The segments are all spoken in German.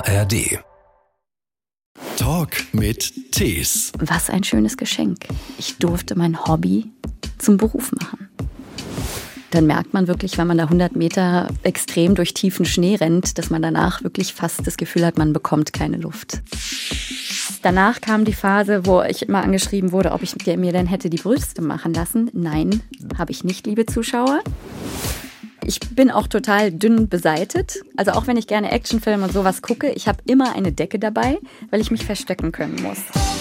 ARD. Talk mit Tees. Was ein schönes Geschenk. Ich durfte mein Hobby zum Beruf machen. Dann merkt man wirklich, wenn man da 100 Meter extrem durch tiefen Schnee rennt, dass man danach wirklich fast das Gefühl hat, man bekommt keine Luft. Danach kam die Phase, wo ich immer angeschrieben wurde, ob ich mir denn hätte die Brüste machen lassen. Nein, habe ich nicht, liebe Zuschauer. Ich bin auch total dünn beseitet. Also auch wenn ich gerne Actionfilme und sowas gucke, ich habe immer eine Decke dabei, weil ich mich verstecken können muss.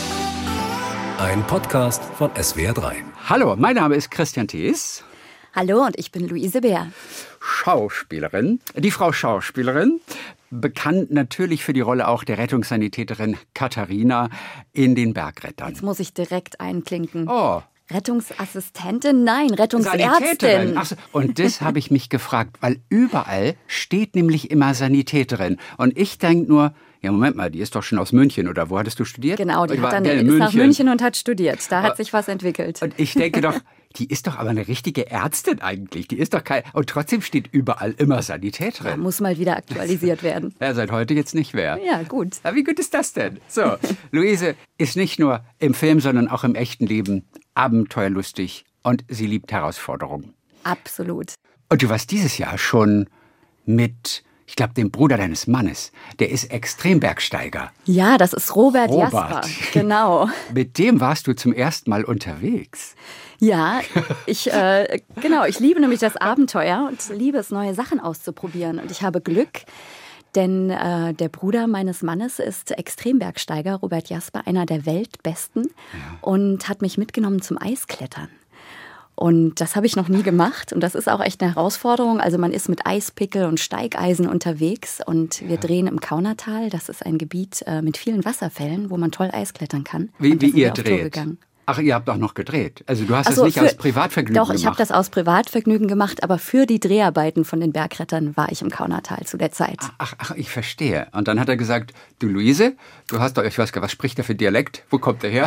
Ein Podcast von SWR3. Hallo, mein Name ist Christian Thees. Hallo, und ich bin Luise Bär. Schauspielerin. Die Frau Schauspielerin. Bekannt natürlich für die Rolle auch der Rettungssanitäterin Katharina in den Bergrettern. Jetzt muss ich direkt einklinken. Oh. Rettungsassistentin? Nein, Rettungsärztin. Ach so, und das habe ich mich gefragt, weil überall steht nämlich immer Sanitäterin. Und ich denke nur, ja, Moment mal, die ist doch schon aus München, oder wo hattest du studiert? Genau, die ist nach München und hat studiert. Da hat sich was entwickelt. Und ich denke doch, die ist doch aber eine richtige Ärztin eigentlich. Die ist doch kein. Und trotzdem steht überall immer Sanitäterin. Ja, muss mal wieder aktualisiert werden. Ja, seit heute jetzt nicht mehr. Ja, gut. Aber wie gut ist das denn? So, Luise ist nicht nur im Film, sondern auch im echten Leben abenteuerlustig und sie liebt Herausforderungen. Absolut. Und du warst dieses Jahr schon mit, ich glaube, dem Bruder deines Mannes. Der ist Extrembergsteiger. Ja, das ist Robert Jasper. Genau. Mit dem warst du zum ersten Mal unterwegs. Ja, ich liebe nämlich das Abenteuer und liebe es, neue Sachen auszuprobieren. Und ich habe Glück, denn der Bruder meines Mannes ist Extrembergsteiger, Robert Jasper, einer der Weltbesten, und hat mich mitgenommen zum Eisklettern. Und das habe ich noch nie gemacht und das ist auch echt eine Herausforderung. Also man ist mit Eispickel und Steigeisen unterwegs und wir drehen im Kaunertal. Das ist ein Gebiet mit vielen Wasserfällen, wo man toll Eisklettern kann. Wie ihr dreht? Ach, ihr habt auch noch gedreht. Also du hast es nicht aus Privatvergnügen gemacht. Doch, ich habe das aus Privatvergnügen gemacht, aber für die Dreharbeiten von den Bergrettern war ich im Kaunertal zu der Zeit. Ach, ich verstehe. Und dann hat er gesagt, du Luise, du hast doch, ich weiß gar nicht, was spricht er für Dialekt? Wo kommt er her?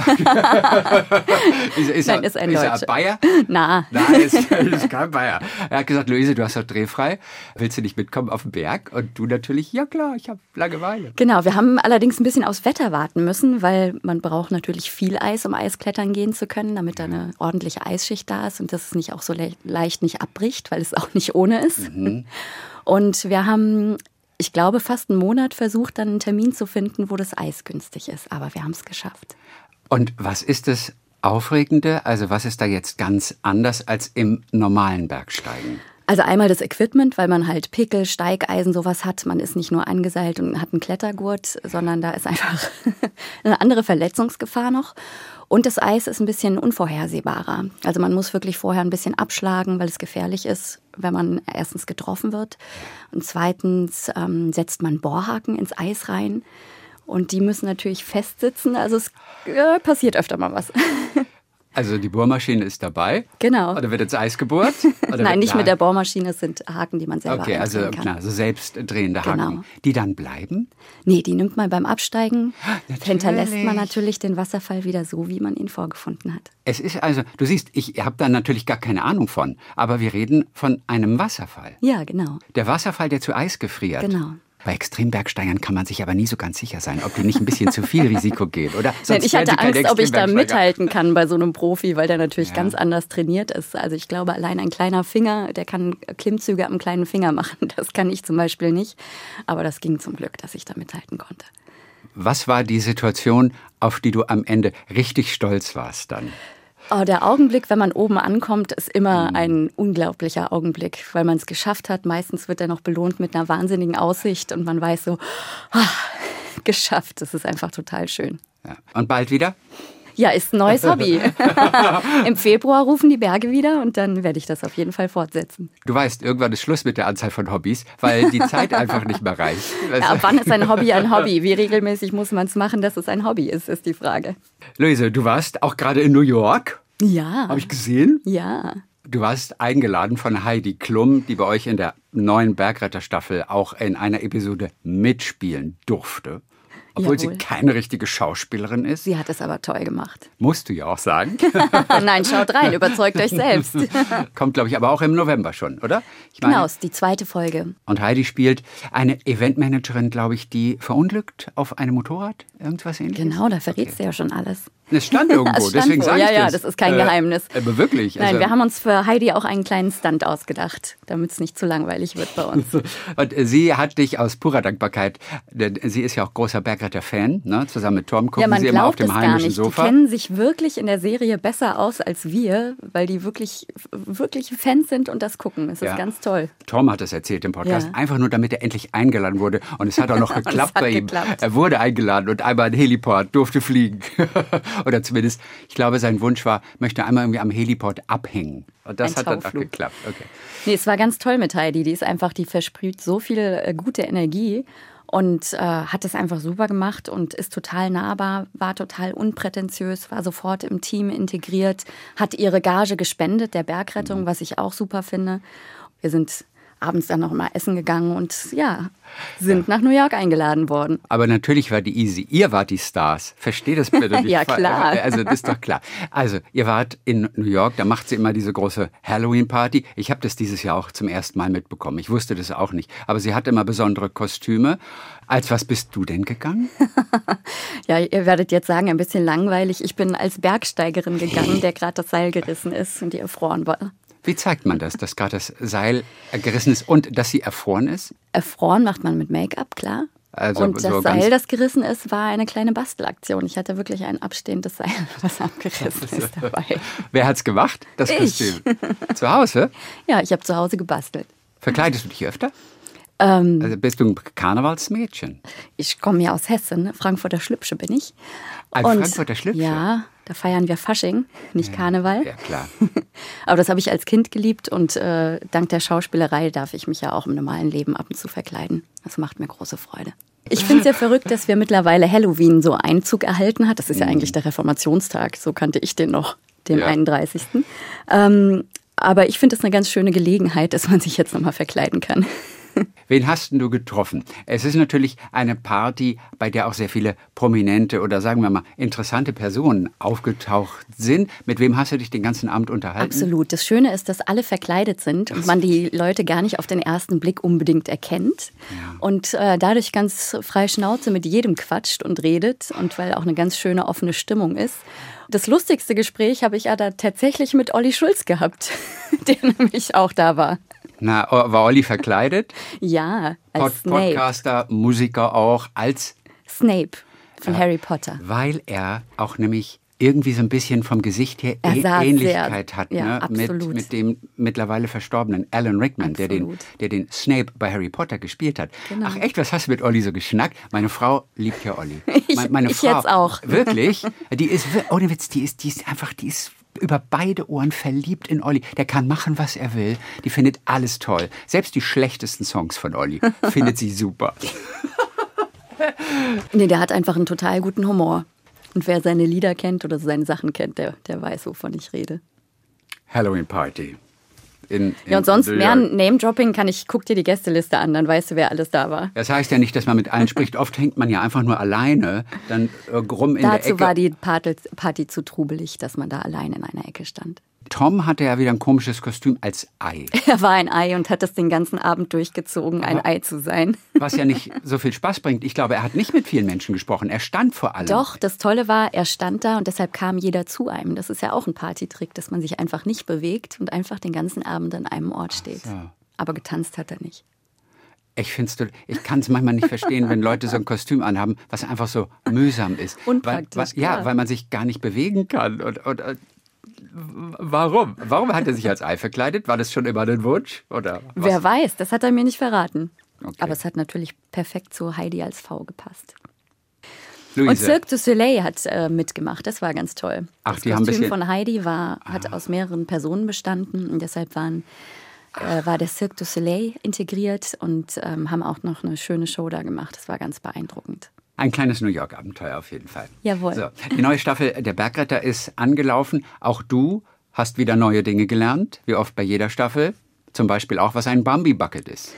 Nein, ist ein Deutscher. Ist er Bayer? Nein, ist kein Bayer. Er hat gesagt, Luise, du hast doch drehfrei. Willst du nicht mitkommen auf den Berg? Und du natürlich, ja klar, ich habe Langeweile. Genau, wir haben allerdings ein bisschen aufs Wetter warten müssen, weil man braucht natürlich viel Eis, um Eisklettern gehen zu können, damit da eine ordentliche Eisschicht da ist und dass es nicht auch so leicht nicht abbricht, weil es auch nicht ohne ist. Mhm. Und wir haben, ich glaube, fast einen Monat versucht, dann einen Termin zu finden, wo das Eis günstig ist. Aber wir haben es geschafft. Und was ist das Aufregende? Also was ist da jetzt ganz anders als im normalen Bergsteigen? Also einmal das Equipment, weil man halt Pickel, Steigeisen, sowas hat. Man ist nicht nur angeseilt und hat einen Klettergurt, sondern da ist einfach eine andere Verletzungsgefahr noch. Und das Eis ist ein bisschen unvorhersehbarer. Also man muss wirklich vorher ein bisschen abschlagen, weil es gefährlich ist, wenn man erstens getroffen wird. Und zweitens setzt man Bohrhaken ins Eis rein. Und die müssen natürlich festsitzen. Also es passiert öfter mal was. Also die Bohrmaschine ist dabei? Genau. Oder wird ins Eis gebohrt? Nein, nicht mit der Bohrmaschine, es sind Haken, die man selber kann. Also klar, so selbstdrehende Haken. Die dann bleiben? Nee, die nimmt man beim Absteigen. Hinterlässt man natürlich den Wasserfall wieder so, wie man ihn vorgefunden hat. Es ist also, du siehst, ich habe da natürlich gar keine Ahnung von. Aber wir reden von einem Wasserfall. Ja, genau. Der Wasserfall, der zu Eis gefriert. Genau. Bei Extrembergsteigern kann man sich aber nie so ganz sicher sein, ob die nicht ein bisschen zu viel Risiko gehen, oder? Nein, ich hatte Angst, ob ich da mithalten kann bei so einem Profi, weil der natürlich ganz anders trainiert ist. Also ich glaube, allein ein kleiner Finger, der kann Klimmzüge am kleinen Finger machen. Das kann ich zum Beispiel nicht. Aber das ging zum Glück, dass ich da mithalten konnte. Was war die Situation, auf die du am Ende richtig stolz warst dann? Oh, der Augenblick, wenn man oben ankommt, ist immer ein unglaublicher Augenblick, weil man es geschafft hat. Meistens wird er noch belohnt mit einer wahnsinnigen Aussicht und man weiß so, geschafft. Das ist einfach total schön. Ja. Und bald wieder? Ja, ist ein neues Hobby. Im Februar rufen die Berge wieder und dann werde ich das auf jeden Fall fortsetzen. Du weißt, irgendwann ist Schluss mit der Anzahl von Hobbys, weil die Zeit einfach nicht mehr reicht. Ja, ab wann ist ein Hobby ein Hobby? Wie regelmäßig muss man es machen, dass es ein Hobby ist die Frage. Luise, du warst auch gerade in New York. Ja. Habe ich gesehen? Ja. Du warst eingeladen von Heidi Klum, die bei euch in der neuen Bergretterstaffel auch in einer Episode mitspielen durfte. obwohl Jawohl. sie keine richtige Schauspielerin ist. Sie hat es aber toll gemacht. Musst du ja auch sagen. Nein, schaut rein, überzeugt euch selbst. Kommt, glaube ich, aber auch im November schon, oder? Ich meine, Genau, ist die zweite Folge. und Heidi spielt eine Eventmanagerin, glaube ich, die verunglückt auf einem Motorrad. Irgendwas ähnliches? Genau, da verrätst du ja schon alles. Es stand irgendwo, Es stand deswegen wo. sage ich Ja, das. das ist kein Geheimnis. Aber wirklich. Nein, wir haben uns für Heidi auch einen kleinen Stunt ausgedacht, damit es nicht zu langweilig wird bei uns. Und sie hat dich aus purer Dankbarkeit, denn sie ist ja auch großer Bergretter-Fan, ne? Zusammen mit Tom gucken Ja, man sie immer auf glaubt dem es gar heimischen nicht. Sofa. Die kennen sich wirklich in der Serie besser aus als wir, weil die wirklich Fans sind und das gucken. Es ist Ja. ganz toll. Tom hat es erzählt im Podcast, Ja. einfach nur, damit er endlich eingeladen wurde. Und es hat auch noch geklappt hat bei ihm. geklappt. Er wurde eingeladen und einmal ein Heliport, durfte fliegen. Oder zumindest, ich glaube, sein Wunsch war, möchte einmal irgendwie am Heliport abhängen. Und das Ein hat dann auch Tauflug. geklappt. Okay. Nee, es war ganz toll mit Heidi. Die versprüht so viel gute Energie und hat es einfach super gemacht und ist total nahbar, war total unprätentiös, war sofort im Team integriert, hat ihre Gage gespendet der Bergrettung, was ich auch super finde. Wir sind abends dann noch mal essen gegangen und sind nach New York eingeladen worden. Aber natürlich war die easy. Ihr wart die Stars. Versteht das bitte nicht. Ja, klar. Also das ist doch klar. Also ihr wart in New York, da macht sie immer diese große Halloween-Party. Ich habe das dieses Jahr auch zum ersten Mal mitbekommen. Ich wusste das auch nicht. Aber sie hat immer besondere Kostüme. Als was bist du denn gegangen? Ja, ihr werdet jetzt sagen, ein bisschen langweilig. Ich bin als Bergsteigerin gegangen, der gerade das Seil gerissen ist und die erfroren war. Wie zeigt man das, dass gerade das Seil gerissen ist und dass sie erfroren ist? Erfroren macht man mit Make-up, klar. Also und so das ganz- Seil, das gerissen ist, war eine kleine Bastelaktion. Ich hatte wirklich ein abstehendes Seil, was abgerissen ist dabei. Wer hat's gemacht? Das Ich. Kostüm. Zu Hause? Ja, ich habe zu Hause gebastelt. Verkleidest du dich öfter? Also bist du ein Karnevalsmädchen? Ich komme ja aus Hessen, Frankfurter Schlüpsche bin ich. Ein Frankfurter Schlüpsche? Ja, da feiern wir Fasching, nicht Karneval. Ja, klar. Aber das habe ich als Kind geliebt und dank der Schauspielerei darf ich mich ja auch im normalen Leben ab und zu verkleiden. Das macht mir große Freude. Ich finde es ja verrückt, dass wir mittlerweile Halloween so Einzug erhalten hat. Das ist ja eigentlich der Reformationstag, so kannte ich den noch, den Ja. 31. Aber ich finde es eine ganz schöne Gelegenheit, dass man sich jetzt nochmal verkleiden kann. Wen hast denn du getroffen? Es ist natürlich eine Party, bei der auch sehr viele prominente oder sagen wir mal interessante Personen aufgetaucht sind. Mit wem hast du dich den ganzen Abend unterhalten? Absolut. Das Schöne ist, dass alle verkleidet sind und man die Leute gar nicht auf den ersten Blick unbedingt erkennt. Und dadurch ganz frei Schnauze mit jedem quatscht und redet und weil auch eine ganz schöne offene Stimmung ist. Das lustigste Gespräch habe ich ja da tatsächlich mit Olli Schulz gehabt, der nämlich auch da war. Na, war Olli verkleidet? Ja, als Snape. Podcaster, Musiker auch, als, Snape von Harry Potter. weil er auch nämlich irgendwie so ein bisschen vom Gesicht her Er sah Ähnlichkeit sehr- hat, ja, ne? absolut. mit dem mittlerweile verstorbenen Alan Rickman, der Absolut. den Snape bei Harry Potter gespielt hat. Genau. Ach echt, was hast du mit Olli so geschnackt? Meine Frau liebt ja Olli. Meine ich Frau, jetzt auch. Wirklich? Die ist, ohne Witz, die ist über beide Ohren verliebt in Olli. Der kann machen, was er will. Die findet alles toll. Selbst die schlechtesten Songs von Olli findet sie super. Nee, der hat einfach einen total guten Humor. Und wer seine Lieder kennt oder seine Sachen kennt, der weiß, wovon ich rede. Halloween Party. Ja, und sonst New mehr York. Name-Dropping guck dir die Gästeliste an, dann weißt du, wer alles da war. Das heißt ja nicht, dass man mit allen spricht. Oft hängt man ja einfach nur alleine dann rum in der Dazu Ecke. war die Party zu trubelig, dass man da allein in einer Ecke stand. Tom hatte ja wieder ein komisches Kostüm als Ei. Er war ein Ei und hat das den ganzen Abend durchgezogen, ein Ei zu sein. Was ja nicht so viel Spaß bringt. Ich glaube, er hat nicht mit vielen Menschen gesprochen. Er stand vor allem. Doch, das Tolle war, er stand da und deshalb kam jeder zu einem. Das ist ja auch ein Partytrick, dass man sich einfach nicht bewegt und einfach den ganzen Abend an einem Ort steht. so. Aber getanzt hat er nicht. Ich kann es manchmal nicht verstehen, wenn Leute so ein Kostüm anhaben, was einfach so mühsam ist. Unpraktisch, Ja, klar. weil man sich gar nicht bewegen kann. Und warum? Warum hat er sich als Ei verkleidet? War das schon immer ein Wunsch? Oder was? Wer weiß, das hat er mir nicht verraten. Okay. Aber es hat natürlich perfekt zu Heidi als V gepasst. Luise. Und Cirque du Soleil hat mitgemacht, das war ganz toll. Ach, das die haben ein Kostüm bisschen- von Heidi hat aus mehreren Personen bestanden und deshalb war der Cirque du Soleil integriert und haben auch noch eine schöne Show da gemacht. Das war ganz beeindruckend. Ein kleines New York-Abenteuer auf jeden Fall. Jawohl. So, die neue Staffel der Bergretter ist angelaufen. Auch du hast wieder neue Dinge gelernt, wie oft bei jeder Staffel. zum Beispiel auch, was ein Bambi-Bucket ist.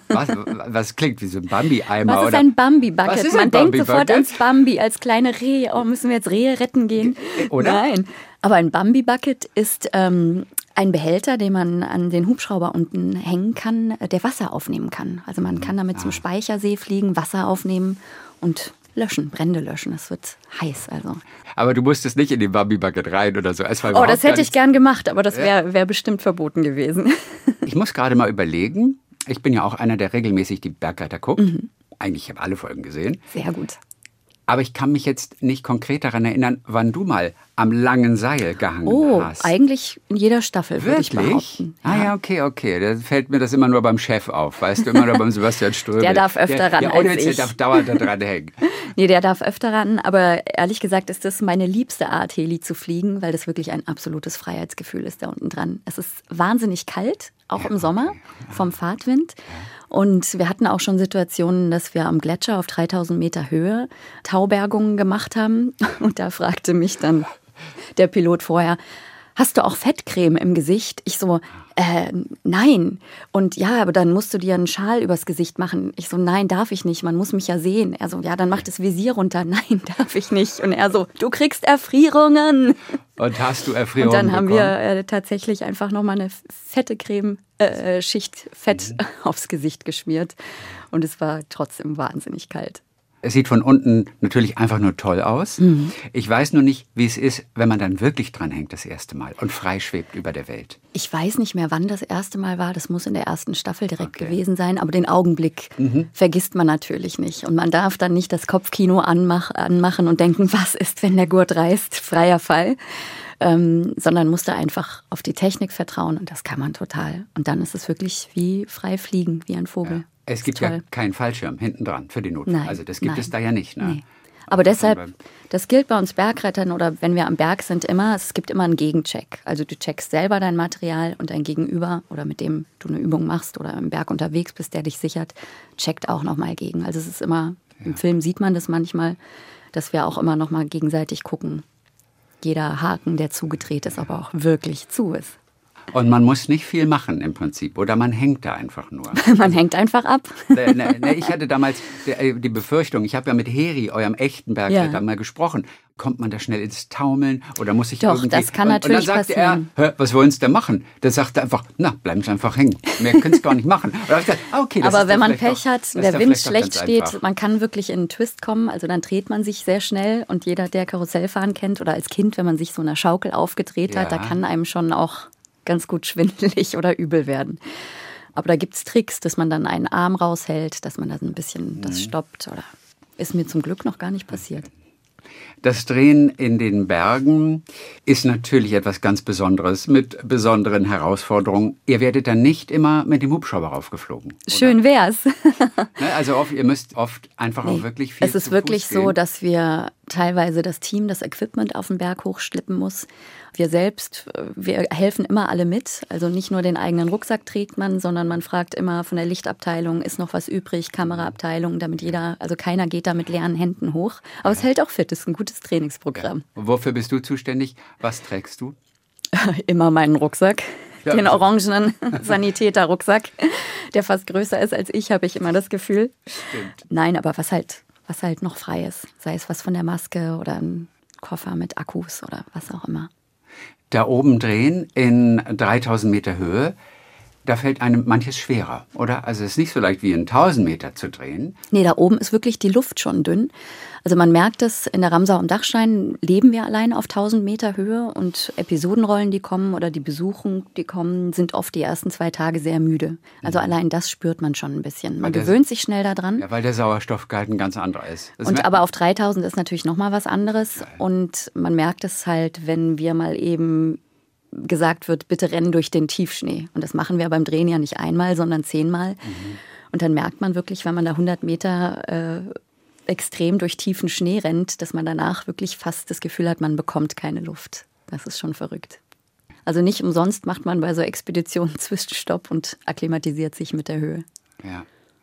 Was klingt wie so ein Bambi-Eimer? Was ist oder? ein Bambi-Bucket? Man denkt sofort Bambi-Bucket? ans Bambi, als kleine Rehe. Oh, müssen wir jetzt Rehe retten gehen? Oder? Nein. Aber ein Bambi-Bucket ist ein Behälter, den man an den Hubschrauber unten hängen kann, der Wasser aufnehmen kann. Also man kann damit zum Speichersee fliegen, Wasser aufnehmen und löschen, Brände löschen. Es wird heiß. Also. Aber du musstest nicht in den Bambi-Bucket rein oder so. Es war Oh, überhaupt das gar hätte ich nichts. gern gemacht, aber das wär bestimmt verboten gewesen. Ich muss gerade mal überlegen. Ich bin ja auch einer, der regelmäßig die Bergretter guckt. Eigentlich habe ich alle Folgen gesehen. Sehr gut. Aber ich kann mich jetzt nicht konkret daran erinnern, wann du mal am langen Seil gehangen Oh, hast. eigentlich in jeder Staffel, würde ich Wirklich? behaupten. Ah ja, okay. Da fällt mir das immer nur beim Chef auf. Weißt du, immer nur beim Sebastian Ströbel. Der darf öfter ran Ja, ohne als Witz, der ich. darf dauernd da dran hängen. Nee, der darf öfter ran, aber ehrlich gesagt ist das meine liebste Art, Heli zu fliegen, weil das wirklich ein absolutes Freiheitsgefühl ist da unten dran. Es ist wahnsinnig kalt, auch im Sommer, vom Fahrtwind. Und wir hatten auch schon Situationen, dass wir am Gletscher auf 3000 Meter Höhe Taubergungen gemacht haben. Und da fragte mich dann der Pilot vorher, hast du auch Fettcreme im Gesicht? Ich so, nein. Und ja, aber dann musst du dir einen Schal übers Gesicht machen. Ich so, nein, darf ich nicht, man muss mich ja sehen. Er so, ja, dann mach das Visier runter. Nein, darf ich nicht. Und er so, du kriegst Erfrierungen. Und hast du Erfrierungen Und dann haben bekommen? wir tatsächlich einfach nochmal eine fette Schicht Fett aufs Gesicht geschmiert. Und es war trotzdem wahnsinnig kalt. Es sieht von unten natürlich einfach nur toll aus. Ich weiß nur nicht, wie es ist, wenn man dann wirklich dran hängt das erste Mal und frei schwebt über der Welt. Ich weiß nicht mehr, wann das erste Mal war. Das muss in der ersten Staffel direkt gewesen sein. Aber den Augenblick vergisst man natürlich nicht. Und man darf dann nicht das Kopfkino anmachen und denken, was ist, wenn der Gurt reißt? Freier Fall. Sondern muss da einfach auf die Technik vertrauen. Und das kann man total. Und dann ist es wirklich wie frei fliegen, wie ein Vogel. Ja. Es gibt ja keinen Fallschirm hinten dran für den Notfall. Nein, Also das gibt nein. es da ja nicht. Ne? Nee. Aber deshalb, das gilt bei uns Bergrettern oder wenn wir am Berg sind immer, es gibt immer einen Gegencheck. Also du checkst selber dein Material und dein Gegenüber oder mit dem du eine Übung machst oder im Berg unterwegs bist, der dich sichert, checkt auch nochmal gegen. Also es ist immer, im Film sieht man das manchmal, dass wir auch immer nochmal gegenseitig gucken. Jeder Haken, der zugedreht ist, aber auch wirklich zu ist. Und man muss nicht viel machen im Prinzip. Oder man hängt da einfach nur. Man hängt einfach ab. Ich hatte damals die Befürchtung, ich habe ja mit Heri, eurem echten Bergretter, mal gesprochen. Kommt man da schnell ins Taumeln oder muss ich Doch, irgendwie... das kann natürlich und dann sagte passieren. er, was wollen Sie denn machen? Der sagte einfach, na, bleiben Sie einfach hängen. Mehr können Sie gar nicht machen. Und da habe ich gesagt, okay, das Aber ist wenn man vielleicht Pech doch- hat, das ist der doch Wind vielleicht doch schlecht ganz steht, einfach. man kann wirklich in einen Twist kommen. Also dann dreht man sich sehr schnell und jeder, der Karussellfahren kennt oder als Kind, wenn man sich so einer Schaukel aufgedreht hat, da kann einem schon auch ganz gut schwindelig oder übel werden. Aber da gibt es Tricks, dass man dann einen Arm raushält, dass man dann ein bisschen das stoppt. Oder ist mir zum Glück noch gar nicht passiert. Das Drehen in den Bergen ist natürlich etwas ganz Besonderes mit besonderen Herausforderungen. Ihr werdet dann nicht immer mit dem Hubschrauber raufgeflogen. Oder? Schön wär's. Ne, also ihr müsst oft einfach auch wirklich viel Es ist zu wirklich Fuß gehen. so, dass wir teilweise das Team, das Equipment auf den Berg hochschleppen muss. Wir selbst, wir helfen immer alle mit. Also nicht nur den eigenen Rucksack trägt man, sondern man fragt immer von der Lichtabteilung, ist noch was übrig, Kameraabteilung, damit also keiner geht da mit leeren Händen hoch. Aber es hält auch fit, ist ein gutes Trainingsprogramm. Und wofür bist du zuständig? Was trägst du? Immer meinen Rucksack. Ja, Den also- orangenen Sanitäter-Rucksack, der fast größer ist als ich, habe ich immer das Gefühl. Stimmt. Nein, aber was halt noch frei ist. Sei es was von der Maske oder ein Koffer mit Akkus oder was auch immer. Da oben drehen in 3000 Meter Höhe, da fällt einem manches schwerer, oder? Also es ist nicht so leicht wie in 1000 Meter zu drehen. Nee, da oben ist wirklich die Luft schon dünn. Also man merkt es, in der Ramsau und Dachstein leben wir allein auf 1000 Meter Höhe und Episodenrollen, die kommen oder die Besuchen, die kommen, sind oft die ersten 2 Tage sehr müde. Also allein das spürt man schon ein bisschen. Man gewöhnt sich schnell daran. Ja, weil der Sauerstoffgehalt ein ganz anderer ist. Aber auf 3000 ist natürlich nochmal was anderes. Und man merkt es halt, wenn wir mal eben gesagt wird, bitte rennen durch den Tiefschnee. Und das machen wir beim Drehen ja nicht einmal, sondern 10-mal. Und dann merkt man wirklich, wenn man da 100 Meter extrem durch tiefen Schnee rennt, dass man danach wirklich fast das Gefühl hat, man bekommt keine Luft. Das ist schon verrückt. Also nicht umsonst macht man bei so Expeditionen Zwischenstopp und akklimatisiert sich mit der Höhe. Ja.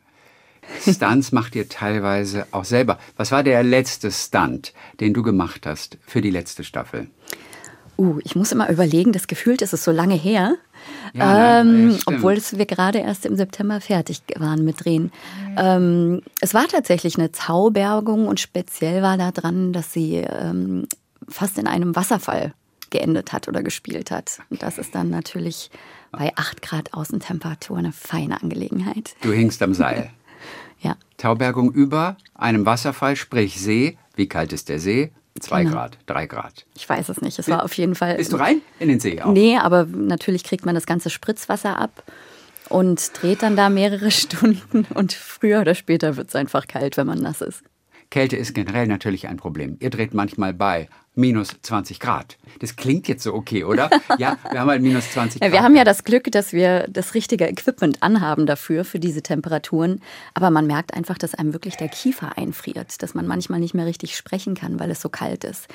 Stunts macht ihr teilweise auch selber. Was war der letzte Stunt, den du gemacht hast für die letzte Staffel? Ich muss immer überlegen, das gefühlt ist es so lange her, Ja, obwohl wir gerade erst im September fertig waren mit Drehen. Es war tatsächlich eine Zaubergung und speziell war da dran, dass sie fast in einem Wasserfall geendet hat oder gespielt hat. Und das ist dann natürlich bei 8 Grad Außentemperatur eine feine Angelegenheit. Du hingst am Seil. Ja. Taubergung über einem Wasserfall, sprich See. Wie kalt ist der See? 2 Grad, 3 Grad. Ich weiß es nicht. Es war auf jeden Fall. Bist du rein in den See auch? Nee, aber natürlich kriegt man das ganze Spritzwasser ab und dreht dann da mehrere Stunden. Und früher oder später wird es einfach kalt, wenn man nass ist. Kälte ist generell natürlich ein Problem. Ihr dreht manchmal bei minus 20 Grad. Das klingt jetzt so okay, oder? Ja, wir haben halt minus 20 Grad. Ja, wir haben ja das Glück, dass wir das richtige Equipment anhaben dafür, für diese Temperaturen. Aber man merkt einfach, dass einem wirklich der Kiefer einfriert, dass man manchmal nicht mehr richtig sprechen kann, weil es so kalt ist.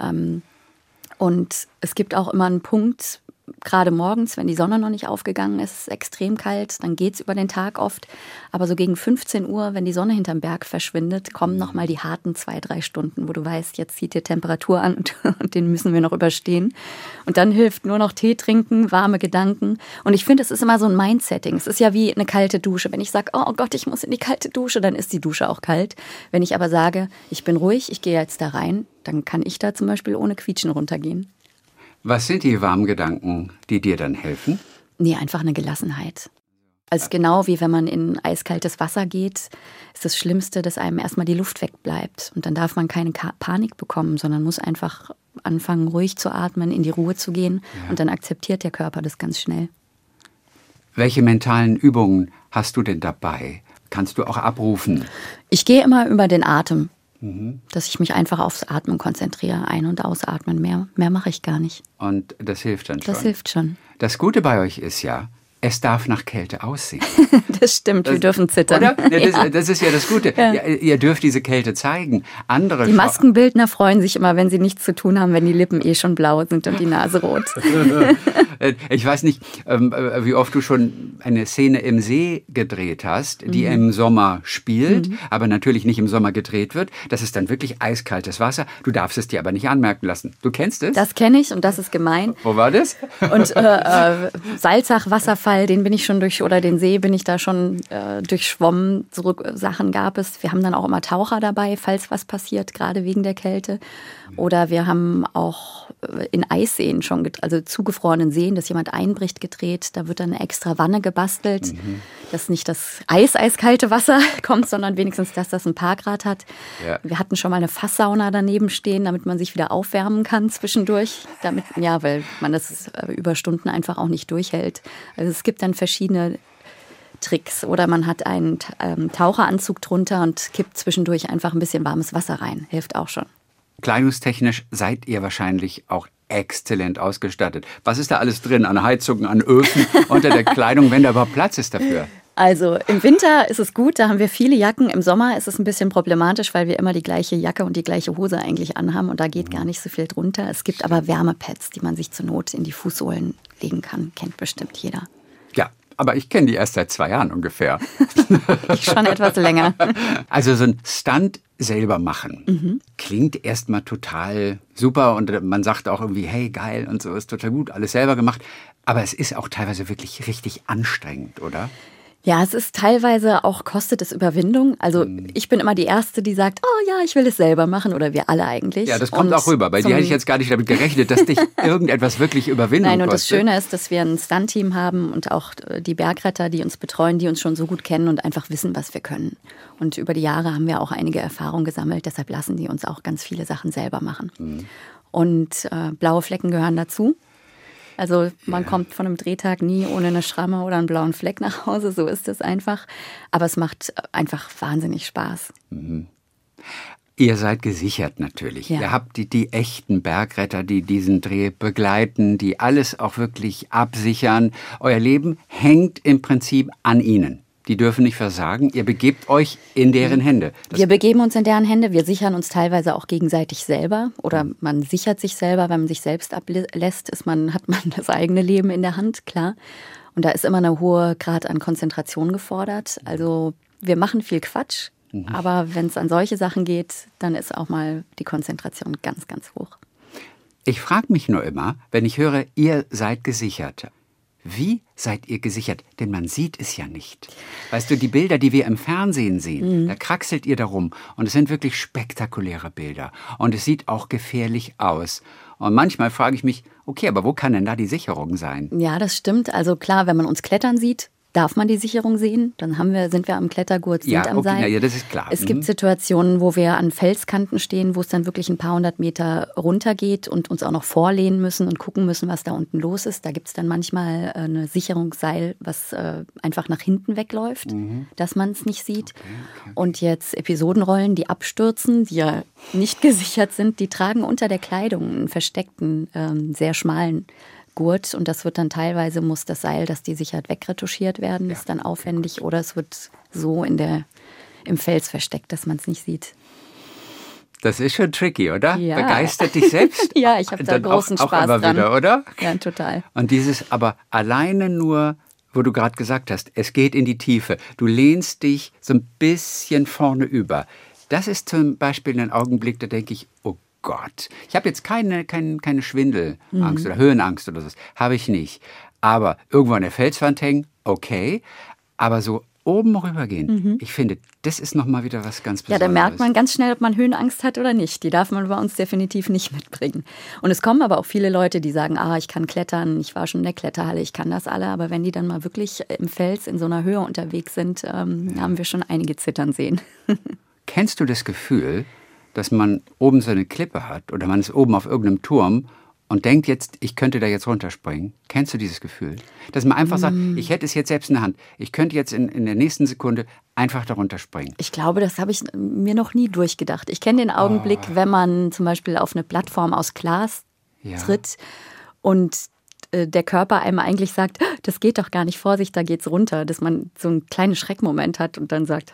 Und es gibt auch immer einen Punkt, gerade morgens, wenn die Sonne noch nicht aufgegangen ist, ist es extrem kalt, dann geht es über den Tag oft. Aber so gegen 15 Uhr, wenn die Sonne hinterm Berg verschwindet, kommen nochmal die harten 2-3 Stunden, wo du weißt, jetzt zieht dir Temperatur an und den müssen wir noch überstehen. Und dann hilft nur noch Tee trinken, warme Gedanken. Und ich finde, es ist immer so ein Mindsetting. Es ist ja wie eine kalte Dusche. Wenn ich sage, oh Gott, ich muss in die kalte Dusche, dann ist die Dusche auch kalt. Wenn ich aber sage, ich bin ruhig, ich gehe jetzt da rein, dann kann ich da zum Beispiel ohne Quietschen runtergehen. Was sind die warmen Gedanken, die dir dann helfen? Nee, einfach eine Gelassenheit. Also genau wie wenn man in eiskaltes Wasser geht, ist das Schlimmste, dass einem erstmal die Luft wegbleibt. Und dann darf man keine Panik bekommen, sondern muss einfach anfangen, ruhig zu atmen, in die Ruhe zu gehen. Ja. Und dann akzeptiert der Körper das ganz schnell. Welche mentalen Übungen hast du denn dabei? Kannst du auch abrufen? Ich gehe immer über den Atem. Dass ich mich einfach aufs Atmen konzentriere, ein- und ausatmen. Mehr mache ich gar nicht. Und das hilft dann schon? Das hilft schon. Das Gute bei euch ist ja, es darf nach Kälte aussehen. Das stimmt, wir dürfen zittern. Oder? Ja, das ist ja das Gute. Ja. Ihr dürft diese Kälte zeigen. Die Maskenbildner freuen sich immer, wenn sie nichts zu tun haben, wenn die Lippen eh schon blau sind und die Nase rot. Ich weiß nicht, wie oft du schon eine Szene im See gedreht hast, die im Sommer spielt, aber natürlich nicht im Sommer gedreht wird. Das ist dann wirklich eiskaltes Wasser. Du darfst es dir aber nicht anmerken lassen. Du kennst es? Das kenne ich und das ist gemein. Wo war das? Und Salzach, Wasserfall, den bin ich schon den See bin ich da schon durchschwommen. So Sachen gab es. Wir haben dann auch immer Taucher dabei, falls was passiert, gerade wegen der Kälte. Oder wir haben auch in Eisseen schon, also zugefrorenen Seen, dass jemand einbricht, gedreht. Da wird dann eine extra Wanne gebastelt, dass nicht das eiskalte Wasser kommt, sondern wenigstens, dass das ein paar Grad hat. Ja. Wir hatten schon mal eine Fasssauna daneben stehen, damit man sich wieder aufwärmen kann zwischendurch. Weil man das über Stunden einfach auch nicht durchhält. Also es gibt dann verschiedene Tricks. Oder man hat einen Taucheranzug drunter und kippt zwischendurch einfach ein bisschen warmes Wasser rein. Hilft auch schon. Kleidungstechnisch seid ihr wahrscheinlich auch exzellent ausgestattet. Was ist da alles drin an Heizungen, an Öfen unter der Kleidung, wenn da überhaupt Platz ist dafür? Also im Winter ist es gut, da haben wir viele Jacken. Im Sommer ist es ein bisschen problematisch, weil wir immer die gleiche Jacke und die gleiche Hose eigentlich anhaben und da geht gar nicht so viel drunter. Es gibt aber Wärmepads, die man sich zur Not in die Fußsohlen legen kann. Kennt bestimmt jeder. Ja, aber ich kenne die erst seit 2 Jahren ungefähr. Ich schon etwas länger. Also so ein Stunt selber machen. Klingt erstmal total super und man sagt auch irgendwie, hey, geil und so, ist total gut, alles selber gemacht. Aber es ist auch teilweise wirklich richtig anstrengend, oder? Ja, es ist teilweise auch, kostet es Überwindung. Also ich bin immer die Erste, die sagt, oh ja, ich will es selber machen oder wir alle eigentlich. Ja, das kommt auch rüber. Bei dir hätte ich jetzt gar nicht damit gerechnet, dass dich irgendetwas wirklich Überwindung kostet. Nein, und das Schöne ist, dass wir ein Stunt-Team haben und auch die Bergretter, die uns betreuen, die uns schon so gut kennen und einfach wissen, was wir können. Und über die Jahre haben wir auch einige Erfahrungen gesammelt, deshalb lassen die uns auch ganz viele Sachen selber machen. Und blaue Flecken gehören dazu. Also man kommt von einem Drehtag nie ohne eine Schramme oder einen blauen Fleck nach Hause, so ist es einfach. Aber es macht einfach wahnsinnig Spaß. Ihr seid gesichert natürlich. Ja. Ihr habt die echten Bergretter, die diesen Dreh begleiten, die alles auch wirklich absichern. Euer Leben hängt im Prinzip an ihnen. Die dürfen nicht versagen. Ihr begebt euch in deren Hände. Wir begeben uns in deren Hände. Wir sichern uns teilweise auch gegenseitig selber. Oder man sichert sich selber. Wenn man sich selbst ablässt, hat man das eigene Leben in der Hand, klar. Und da ist immer ein hoher Grad an Konzentration gefordert. Also wir machen viel Quatsch. Aber wenn es an solche Sachen geht, dann ist auch mal die Konzentration ganz, ganz hoch. Ich frage mich nur immer, wenn ich höre, ihr seid gesichert. Wie seid ihr gesichert? Denn man sieht es ja nicht. Weißt du, die Bilder, die wir im Fernsehen sehen, da kraxelt ihr darum. Und es sind wirklich spektakuläre Bilder. Und es sieht auch gefährlich aus. Und manchmal frage ich mich, okay, aber wo kann denn da die Sicherung sein? Ja, das stimmt. Also klar, wenn man uns klettern sieht, darf man die Sicherung sehen. Dann sind wir am Klettergurt, sind am Seil. Ja, das ist klar. Es gibt Situationen, wo wir an Felskanten stehen, wo es dann wirklich ein paar hundert Meter runtergeht und uns auch noch vorlehnen müssen und gucken müssen, was da unten los ist. Da gibt es dann manchmal eine Sicherungsseil, was einfach nach hinten wegläuft, dass man es nicht sieht. Okay. Und jetzt Episodenrollen, die abstürzen, die ja nicht gesichert sind, die tragen unter der Kleidung einen versteckten, sehr schmalen Gurt, und das wird dann teilweise, muss das Seil, dass die sichert, wegretuschiert werden, ist dann aufwendig, oder es wird so im Fels versteckt, dass man es nicht sieht. Das ist schon tricky, oder? Ja. Begeistert dich selbst? Ja, ich habe da großen Spaß auch dran. Wieder, oder? Ja, total. Und dieses aber alleine nur, wo du gerade gesagt hast, es geht in die Tiefe. Du lehnst dich so ein bisschen vorne über. Das ist zum Beispiel ein Augenblick, da denke ich, oh Gott, ich habe jetzt keine Schwindelangst oder Höhenangst oder so, habe ich nicht. Aber irgendwo an der Felswand hängen, okay, aber so oben rübergehen, ich finde, das ist nochmal wieder was ganz Besonderes. Ja, da merkt man ganz schnell, ob man Höhenangst hat oder nicht. Die darf man bei uns definitiv nicht mitbringen. Und es kommen aber auch viele Leute, die sagen, ich kann klettern, ich war schon in der Kletterhalle, ich kann das alle. Aber wenn die dann mal wirklich im Fels in so einer Höhe unterwegs sind, haben wir schon einige zittern sehen. Kennst du das Gefühl, dass man oben so eine Klippe hat oder man ist oben auf irgendeinem Turm und denkt jetzt, ich könnte da jetzt runterspringen? Kennst du dieses Gefühl? Dass man einfach sagt, ich hätte es jetzt selbst in der Hand. Ich könnte jetzt in der nächsten Sekunde einfach da runterspringen. Ich glaube, das habe ich mir noch nie durchgedacht. Ich kenne den Augenblick, wenn man zum Beispiel auf eine Plattform aus Glas tritt und der Körper einem eigentlich sagt, das geht doch gar nicht, Vorsicht, da geht's runter. Dass man so einen kleinen Schreckmoment hat und dann sagt,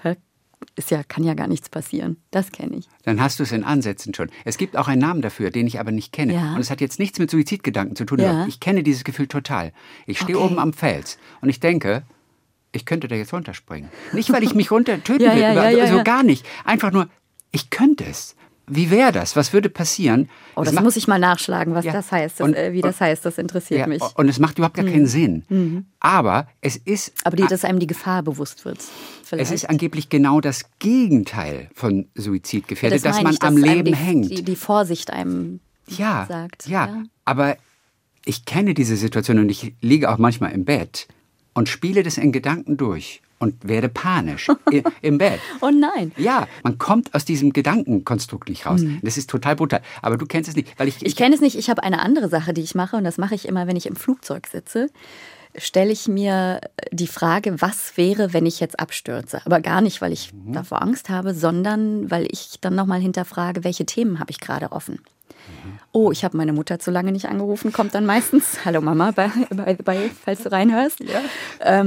kann ja gar nichts passieren. Das kenne ich. Dann hast du es in Ansätzen schon. Es gibt auch einen Namen dafür, den ich aber nicht kenne. Ja. Und es hat jetzt nichts mit Suizidgedanken zu tun. Ja. Ich kenne dieses Gefühl total. Ich stehe oben am Fels und ich denke, ich könnte da jetzt runterspringen. Nicht, weil ich mich runter töten will, gar nicht. Einfach nur, ich könnte es. Wie wäre das? Was würde passieren? Das muss ich mal nachschlagen, was das heißt. Wie das heißt, das interessiert mich. Und es macht überhaupt gar keinen Sinn. Aber es ist... dass einem die Gefahr bewusst wird. Vielleicht. Es ist angeblich genau das Gegenteil von Suizid gefährdet, dass man am Leben hängt. Die Vorsicht einem sagt. Ja, aber ich kenne diese Situation und ich liege auch manchmal im Bett und spiele das in Gedanken durch. Und werde panisch im Bett. Oh nein. Ja, man kommt aus diesem Gedankenkonstrukt nicht raus. Das ist total brutal. Aber du kennst es nicht. Weil ich kenne es nicht. Ich habe eine andere Sache, die ich mache. Und das mache ich immer, wenn ich im Flugzeug sitze. Stelle ich mir die Frage, was wäre, wenn ich jetzt abstürze? Aber gar nicht, weil ich davor Angst habe, sondern weil ich dann nochmal hinterfrage, welche Themen habe ich gerade offen? Oh, ich habe meine Mutter zu lange nicht angerufen. Kommt dann meistens, hallo Mama, falls du reinhörst. Ja.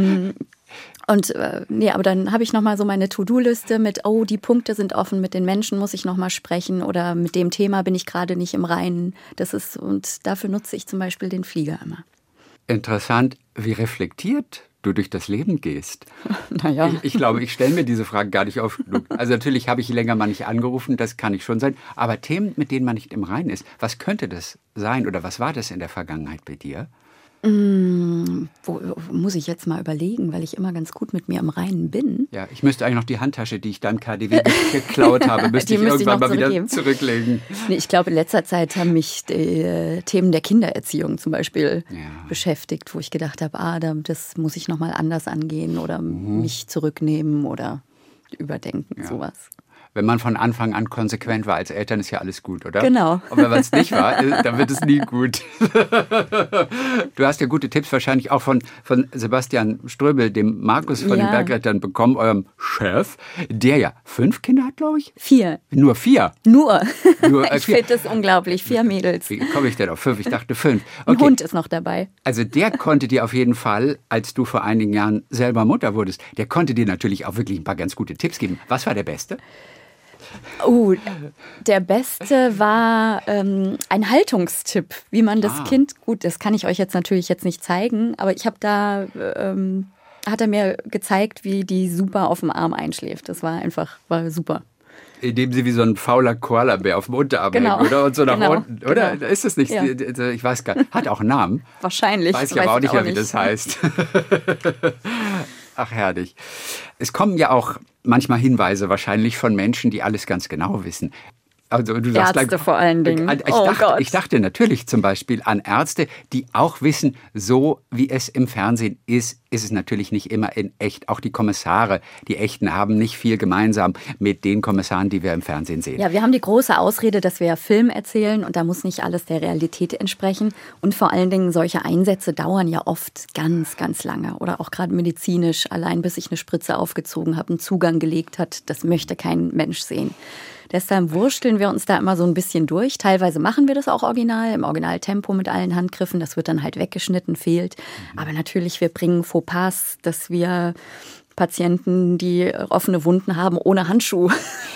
Aber dann habe ich nochmal so meine To-Do-Liste mit, die Punkte sind offen, mit den Menschen muss ich nochmal sprechen oder mit dem Thema bin ich gerade nicht im Reinen. Und dafür nutze ich zum Beispiel den Flieger immer. Interessant, wie reflektiert du durch das Leben gehst. Naja. Ich glaube, ich stelle mir diese Fragen gar nicht oft genug. Also natürlich habe ich länger mal nicht angerufen, das kann ich schon sein. Aber Themen, mit denen man nicht im Reinen ist, was könnte das sein oder was war das in der Vergangenheit bei dir? Muss ich jetzt mal überlegen, weil ich immer ganz gut mit mir im Reinen bin. Ja, ich müsste eigentlich noch die Handtasche, die ich da im KaDeWe geklaut habe, müsste ich irgendwann mal wieder zurücklegen. Nee, ich glaube, in letzter Zeit haben mich die Themen der Kindererziehung zum Beispiel beschäftigt, wo ich gedacht habe, das muss ich noch mal anders angehen oder mich zurücknehmen oder überdenken, sowas. Wenn man von Anfang an konsequent war als Eltern, ist ja alles gut, oder? Genau. Und wenn man es nicht war, dann wird es nie gut. Du hast ja gute Tipps wahrscheinlich auch von Sebastian Ströbel, dem Markus von den Bergrettern, bekommen, eurem Chef, der ja 5 Kinder hat, glaube ich? 4. Nur 4? Nur. Ich finde das unglaublich. 4 Mädels. Wie komme ich denn auf 5? Ich dachte 5. Okay. Ein Hund ist noch dabei. Also der konnte dir auf jeden Fall, als du vor einigen Jahren selber Mutter wurdest, der konnte dir natürlich auch wirklich ein paar ganz gute Tipps geben. Was war der Beste? Der beste war ein Haltungstipp, wie man das Kind, gut, das kann ich euch jetzt natürlich nicht zeigen, aber ich habe hat er mir gezeigt, wie die super auf dem Arm einschläft. Das war super. Indem sie wie so ein fauler Koalabär auf dem Unterarm hängen, oder? Und so nach unten, oder? Genau. Ist das nicht? Ja. Ich weiß gar nicht. Hat auch einen Namen. Wahrscheinlich. Weiß ich aber auch nicht mehr, wie das heißt. Ach, herrlich. Es kommen ja auch manchmal Hinweise wahrscheinlich von Menschen, die alles ganz genau wissen. Also du sagst Ärzte vor allen Dingen. Ich dachte natürlich zum Beispiel an Ärzte, die auch wissen, so wie es im Fernsehen ist es natürlich nicht immer in echt. Auch die Kommissare, die Echten, haben nicht viel gemeinsam mit den Kommissaren, die wir im Fernsehen sehen. Ja, wir haben die große Ausrede, dass wir Film erzählen und da muss nicht alles der Realität entsprechen. Und vor allen Dingen, solche Einsätze dauern ja oft ganz, ganz lange. Oder auch gerade medizinisch, allein bis ich eine Spritze aufgezogen habe, einen Zugang gelegt hat, das möchte kein Mensch sehen. Deshalb wursteln wir uns da immer so ein bisschen durch. Teilweise machen wir das auch im Originaltempo mit allen Handgriffen. Das wird dann halt weggeschnitten, fehlt. Aber natürlich, wir bringen Fauxpas, dass wir Patienten, die offene Wunden haben, ohne Handschuh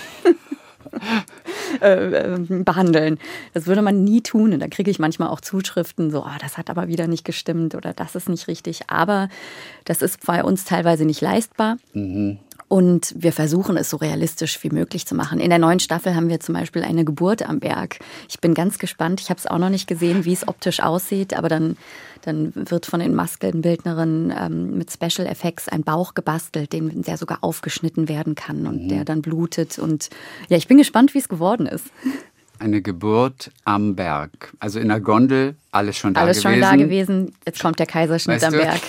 behandeln. Das würde man nie tun. Und da kriege ich manchmal auch Zuschriften, so, das hat aber wieder nicht gestimmt oder das ist nicht richtig. Aber das ist bei uns teilweise nicht leistbar. Und wir versuchen es so realistisch wie möglich zu machen. In der neuen Staffel haben wir zum Beispiel eine Geburt am Berg. Ich bin ganz gespannt. Ich habe es auch noch nicht gesehen, wie es optisch aussieht. Aber dann wird von den Maskenbildnerinnen mit Special Effects ein Bauch gebastelt, der sogar aufgeschnitten werden kann und der dann blutet. Und ja, ich bin gespannt, wie es geworden ist. Eine Geburt am Berg. Also in der Gondel, alles schon da gewesen. Alles schon da gewesen. Jetzt kommt der Kaiserschnitt am Berg.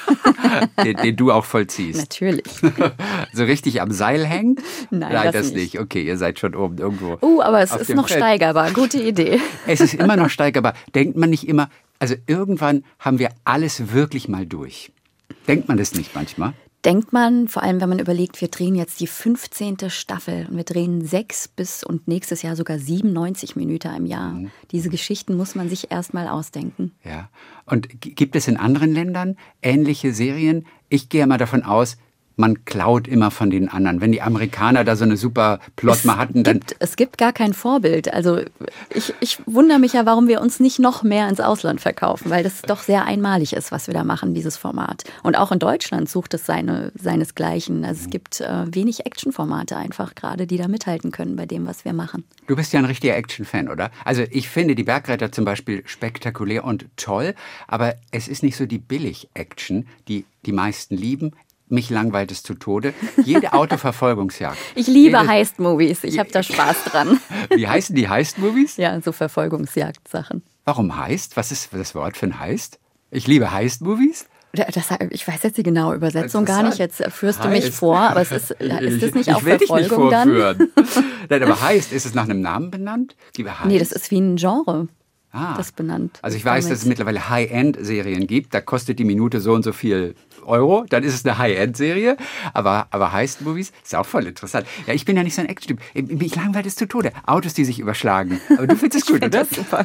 Den du auch vollziehst. Natürlich. So richtig am Seil hängen? Nein, das nicht. Okay, ihr seid schon oben irgendwo. Aber es ist noch steigerbar. Gute Idee. Es ist immer noch steigerbar. Denkt man nicht immer, also irgendwann haben wir alles wirklich mal durch. Denkt man das nicht manchmal? Denkt man, vor allem wenn man überlegt, wir drehen jetzt die 15. Staffel und wir drehen 6 bis und nächstes Jahr sogar 97 Minuten im Jahr. Diese Geschichten muss man sich erst mal ausdenken. Ja. Und gibt es in anderen Ländern ähnliche Serien? Ich gehe mal davon aus, man klaut immer von den anderen. Wenn die Amerikaner da so eine super Plot mal hatten, dann... Es gibt gar kein Vorbild. Also ich wundere mich ja, warum wir uns nicht noch mehr ins Ausland verkaufen, weil das doch sehr einmalig ist, was wir da machen, dieses Format. Und auch in Deutschland sucht es seinesgleichen. Also es gibt wenig Actionformate einfach gerade, die da mithalten können bei dem, was wir machen. Du bist ja ein richtiger Action-Fan, oder? Also ich finde die Bergretter zum Beispiel spektakulär und toll, aber es ist nicht so die Billig-Action, die die meisten lieben. Mich langweilt es zu Tode. Jede Autoverfolgungsjagd. Ich liebe Heist-Movies. Ich habe da Spaß dran. Wie heißen die Heist-Movies? Ja, so Verfolgungsjagd-Sachen. Warum Heist? Was ist das Wort für ein Heist? Ich liebe Heist-Movies. Ich weiß jetzt die genaue Übersetzung gar nicht. Jetzt führst du mich vor, aber ist das nicht auch Verfolgung dich nicht vorführen. Nein, aber Heist, ist es nach einem Namen benannt? Nee, das ist wie ein Genre. Das benannt. Also ich weiß, dass es mittlerweile High-End-Serien gibt. Da kostet die Minute so und so viel Euro. Dann ist es eine High-End-Serie. Aber Heist-Movies ist auch voll interessant. Ja, ich bin ja nicht so ein Action-Typ. Mich langweilt es zu Tode. Autos, die sich überschlagen. Aber du findest es gut, oder? Das super.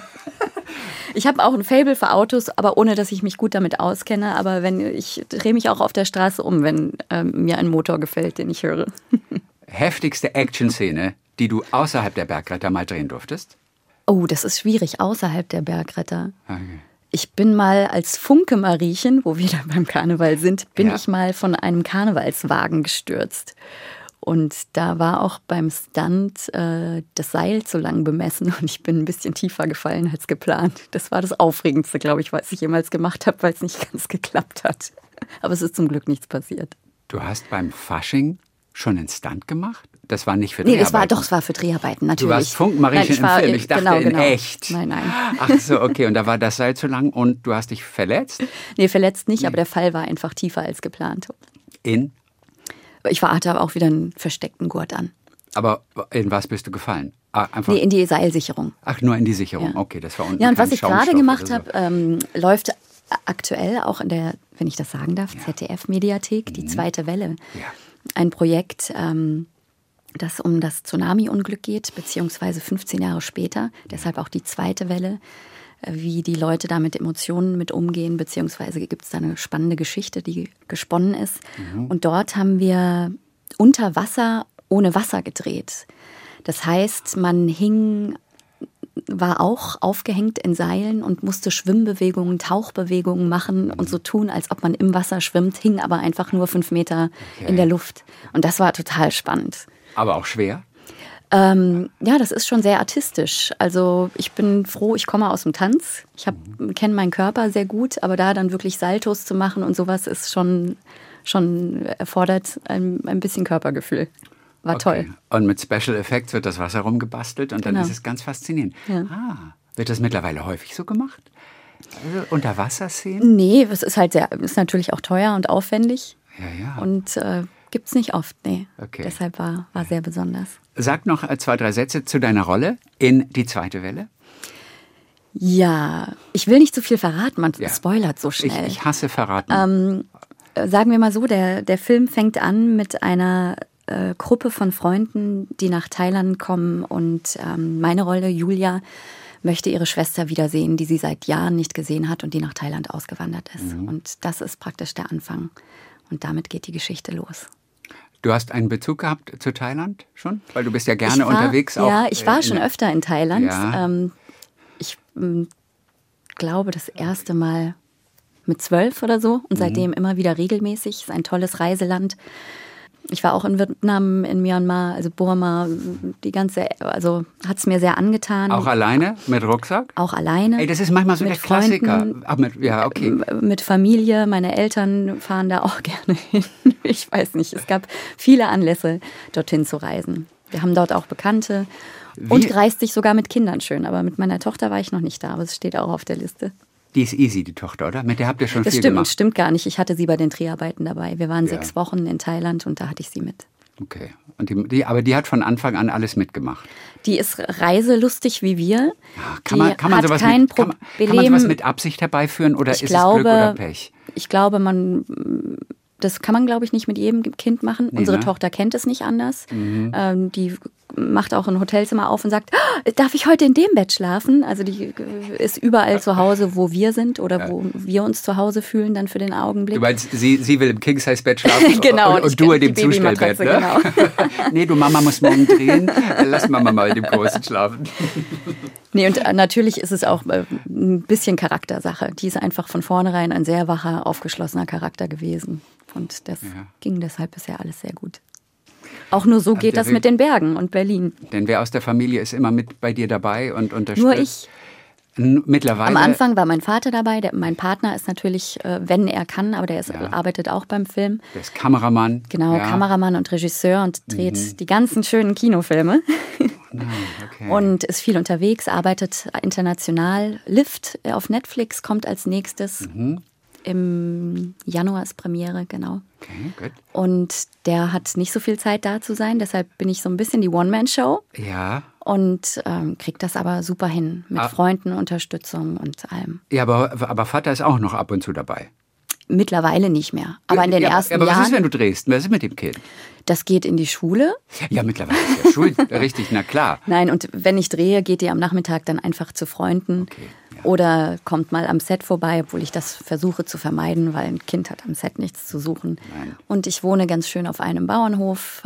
Ich habe auch ein Faible für Autos, aber ohne, dass ich mich gut damit auskenne. Aber ich drehe mich auch auf der Straße um, wenn mir ein Motor gefällt, den ich höre. Heftigste Action-Szene, die du außerhalb der Bergretter mal drehen durftest? Oh, das ist schwierig, außerhalb der Bergretter. Okay. Ich bin mal als Funke-Mariechen, wo wir da beim Karneval sind, ich mal von einem Karnevalswagen gestürzt. Und da war auch beim Stunt das Seil zu lang bemessen und ich bin ein bisschen tiefer gefallen als geplant. Das war das Aufregendste, glaube ich, was ich jemals gemacht habe, weil es nicht ganz geklappt hat. Aber es ist zum Glück nichts passiert. Du hast beim Fasching schon einen Stunt gemacht? Das war nicht für Dreharbeiten? Nee, es war für Dreharbeiten, natürlich. Du warst Funkmariechen im Film, ich dachte in echt. Nein. Ach so, okay, und da war das Seil zu lang und du hast dich verletzt? Nee, verletzt nicht, aber der Fall war einfach tiefer als geplant. Ich hatte aber auch wieder einen versteckten Gurt an. Aber in was bist du gefallen? Nee, in die Seilsicherung. Ach, nur in die Sicherung, ja. Okay, das war unten. Ja, und was ich gerade gemacht habe, läuft aktuell auch in der, wenn ich das sagen darf, ZDF-Mediathek, die zweite Welle. Ja. Ein Projekt, das um das Tsunami-Unglück geht, beziehungsweise 15 Jahre später, deshalb auch die zweite Welle, wie die Leute da mit Emotionen mit umgehen, beziehungsweise gibt es da eine spannende Geschichte, die gesponnen ist. Und dort haben wir unter Wasser, ohne Wasser gedreht. Das heißt, war auch aufgehängt in Seilen und musste Schwimmbewegungen, Tauchbewegungen machen und so tun, als ob man im Wasser schwimmt, hing aber einfach nur 5 Meter in der Luft. Und das war total spannend. Aber auch schwer? Ja, das ist schon sehr artistisch. Also ich bin froh, ich komme aus dem Tanz. Ich kenne meinen Körper sehr gut, aber da dann wirklich Saltos zu machen und sowas ist schon erfordert ein bisschen Körpergefühl. War toll. Und mit Special Effects wird das Wasser rumgebastelt und dann ist es ganz faszinierend. Ja. Wird das mittlerweile häufig so gemacht? Also Unterwasserszenen? Nee, es ist ist natürlich auch teuer und aufwendig. Ja. Und gibt es nicht oft, nee. Okay. Deshalb war sehr besonders. Sag noch 2, 3 Sätze zu deiner Rolle in Die zweite Welle. Ja, ich will nicht zu viel verraten, man spoilert so schnell. Ich hasse verraten. Sagen wir mal so, der Film fängt an mit einer Gruppe von Freunden, die nach Thailand kommen und meine Rolle, Julia, möchte ihre Schwester wiedersehen, die sie seit Jahren nicht gesehen hat und die nach Thailand ausgewandert ist. Und das ist praktisch der Anfang. Und damit geht die Geschichte los. Du hast einen Bezug gehabt zu Thailand schon? Weil du bist ja gerne unterwegs. Ja, ich war schon öfter in Thailand. Ja. Ich glaube, das erste Mal mit 12 oder so und seitdem immer wieder regelmäßig. Es ist ein tolles Reiseland. Ich war auch in Vietnam, in Myanmar, also Burma, also hat es mir sehr angetan. Auch alleine mit Rucksack? Auch alleine. Ey, das ist manchmal so der Klassiker. Mit Familie, meine Eltern fahren da auch gerne hin. Ich weiß nicht, es gab viele Anlässe, dorthin zu reisen. Wir haben dort auch Bekannte und reist sich sogar mit Kindern schön. Aber mit meiner Tochter war ich noch nicht da, aber es steht auch auf der Liste. Die ist easy, die Tochter, oder? Mit der habt ihr schon viel gemacht. gemacht. Das stimmt gar nicht. Ich hatte sie bei den Dreharbeiten dabei. Wir waren 6 Wochen in Thailand und da hatte ich sie mit. Okay. Und aber die hat von Anfang an alles mitgemacht. Die ist reiselustig wie wir. Kann man sowas mit Absicht herbeiführen oder ist es Glück oder Pech? Ich glaube, das kann man, glaube ich, nicht mit jedem Kind machen. Nee, Unsere Tochter kennt es nicht anders. Die macht auch ein Hotelzimmer auf und sagt, darf ich heute in dem Bett schlafen? Also die ist überall zu Hause, wo wir sind oder wo wir uns zu Hause fühlen dann für den Augenblick. Du meinst, sie will im King-Size-Bett schlafen genau, und du in dem Zustellbett, ne? Genau. Nee, du Mama musst morgen drehen, lass Mama mal in dem Großen schlafen. Nee, und natürlich ist es auch ein bisschen Charaktersache. Die ist einfach von vornherein ein sehr wacher, aufgeschlossener Charakter gewesen. Und das ging deshalb bisher alles sehr gut. Auch nur so geht das mit den Bergen und Berlin. Denn wer aus der Familie ist immer mit bei dir dabei und unterstützt? Nur ich. Mittlerweile? Am Anfang war mein Vater dabei. Mein Partner ist natürlich, wenn er kann, aber der arbeitet auch beim Film. Der ist Kameramann. Genau, Kameramann und Regisseur und dreht die ganzen schönen Kinofilme. Okay. Und ist viel unterwegs, arbeitet international. Lift auf Netflix kommt als nächstes. Im Januar ist Premiere, genau. Okay, gut. Und der hat nicht so viel Zeit da zu sein, deshalb bin ich so ein bisschen die One-Man-Show. Ja. Und kriege das aber super hin, mit Freunden, Unterstützung und allem. Ja, aber Vater ist auch noch ab und zu dabei. Mittlerweile nicht mehr. Aber in den ersten Jahren... Aber was ist, wenn du drehst? Was ist mit dem Kind? Das geht in die Schule. Ja, mittlerweile ist ja Schule, richtig, na klar. Nein, und wenn ich drehe, geht die am Nachmittag dann einfach zu Freunden. Okay, ja. Oder kommt mal am Set vorbei, obwohl ich das versuche zu vermeiden, weil ein Kind hat am Set nichts zu suchen. Nein. Und ich wohne ganz schön auf einem Bauernhof,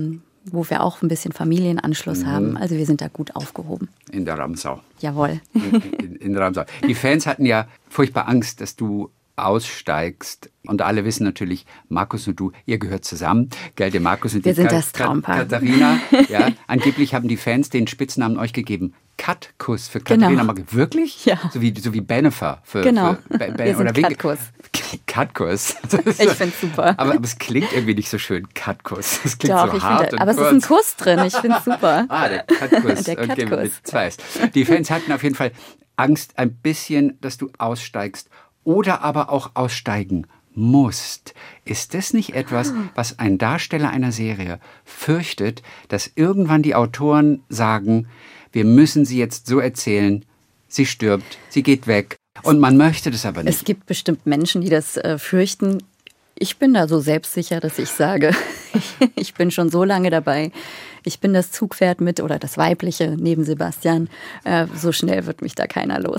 wo wir auch ein bisschen Familienanschluss haben. Also wir sind da gut aufgehoben. In der Ramsau. Jawohl. In der Ramsau. Die Fans hatten ja furchtbar Angst, dass du aussteigst. Und alle wissen natürlich, Markus und du, ihr gehört zusammen. Gell, der Markus und wir sind das Traumpaar. Katharina. Ja, angeblich haben die Fans den Spitznamen euch gegeben. Katkuss für Katharina. Genau. Wirklich? Ja. So wie Bennifer. Genau. Wir sind Katkuss. Katkuss. Ich finde es super. Aber es klingt irgendwie nicht so schön, Katkuss. Das klingt Doch, so hart. Aber es ist ein Kuss drin. Ich finde es super. Der Katkuss. Der okay, Katkuss. Mit 2. Die Fans hatten auf jeden Fall Angst ein bisschen, dass du aussteigst oder aber auch aussteigen musst. Ist das nicht etwas, was ein Darsteller einer Serie fürchtet, dass irgendwann die Autoren sagen, wir müssen sie jetzt so erzählen, sie stirbt, sie geht weg und man möchte das aber nicht. Es gibt bestimmt Menschen, die das fürchten. Ich bin da so selbstsicher, dass ich sage, ich bin schon so lange dabei. Ich bin das Zugpferd mit oder das Weibliche neben Sebastian. So schnell wird mich da keiner los.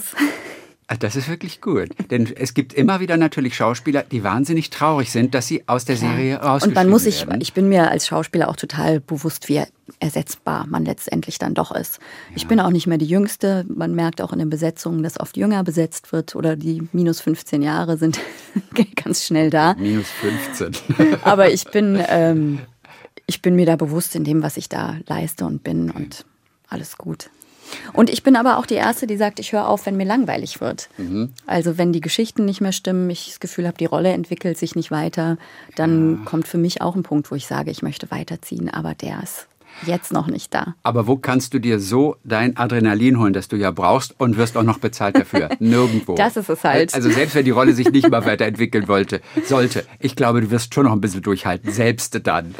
Das ist wirklich gut. Denn es gibt immer wieder natürlich Schauspieler, die wahnsinnig traurig sind, dass sie aus der Serie rausgeschrieben werden. Ich bin mir als Schauspieler auch total bewusst, wie ersetzbar man letztendlich dann doch ist. Ja. Ich bin auch nicht mehr die Jüngste. Man merkt auch in den Besetzungen, dass oft jünger besetzt wird oder die minus 15 Jahre sind ganz schnell da. Minus 15. Aber ich bin... ich bin mir da bewusst in dem, was ich da leiste und bin und alles gut. Und ich bin aber auch die Erste, die sagt, ich höre auf, wenn mir langweilig wird. Also wenn die Geschichten nicht mehr stimmen, ich das Gefühl habe, die Rolle entwickelt sich nicht weiter, dann kommt für mich auch ein Punkt, wo ich sage, ich möchte weiterziehen, aber der ist jetzt noch nicht da. Aber wo kannst du dir so dein Adrenalin holen, das du ja brauchst und wirst auch noch bezahlt dafür? Nirgendwo. Das ist es halt. Also selbst wenn die Rolle sich nicht mal weiterentwickeln sollte. Ich glaube, du wirst schon noch ein bisschen durchhalten, selbst dann.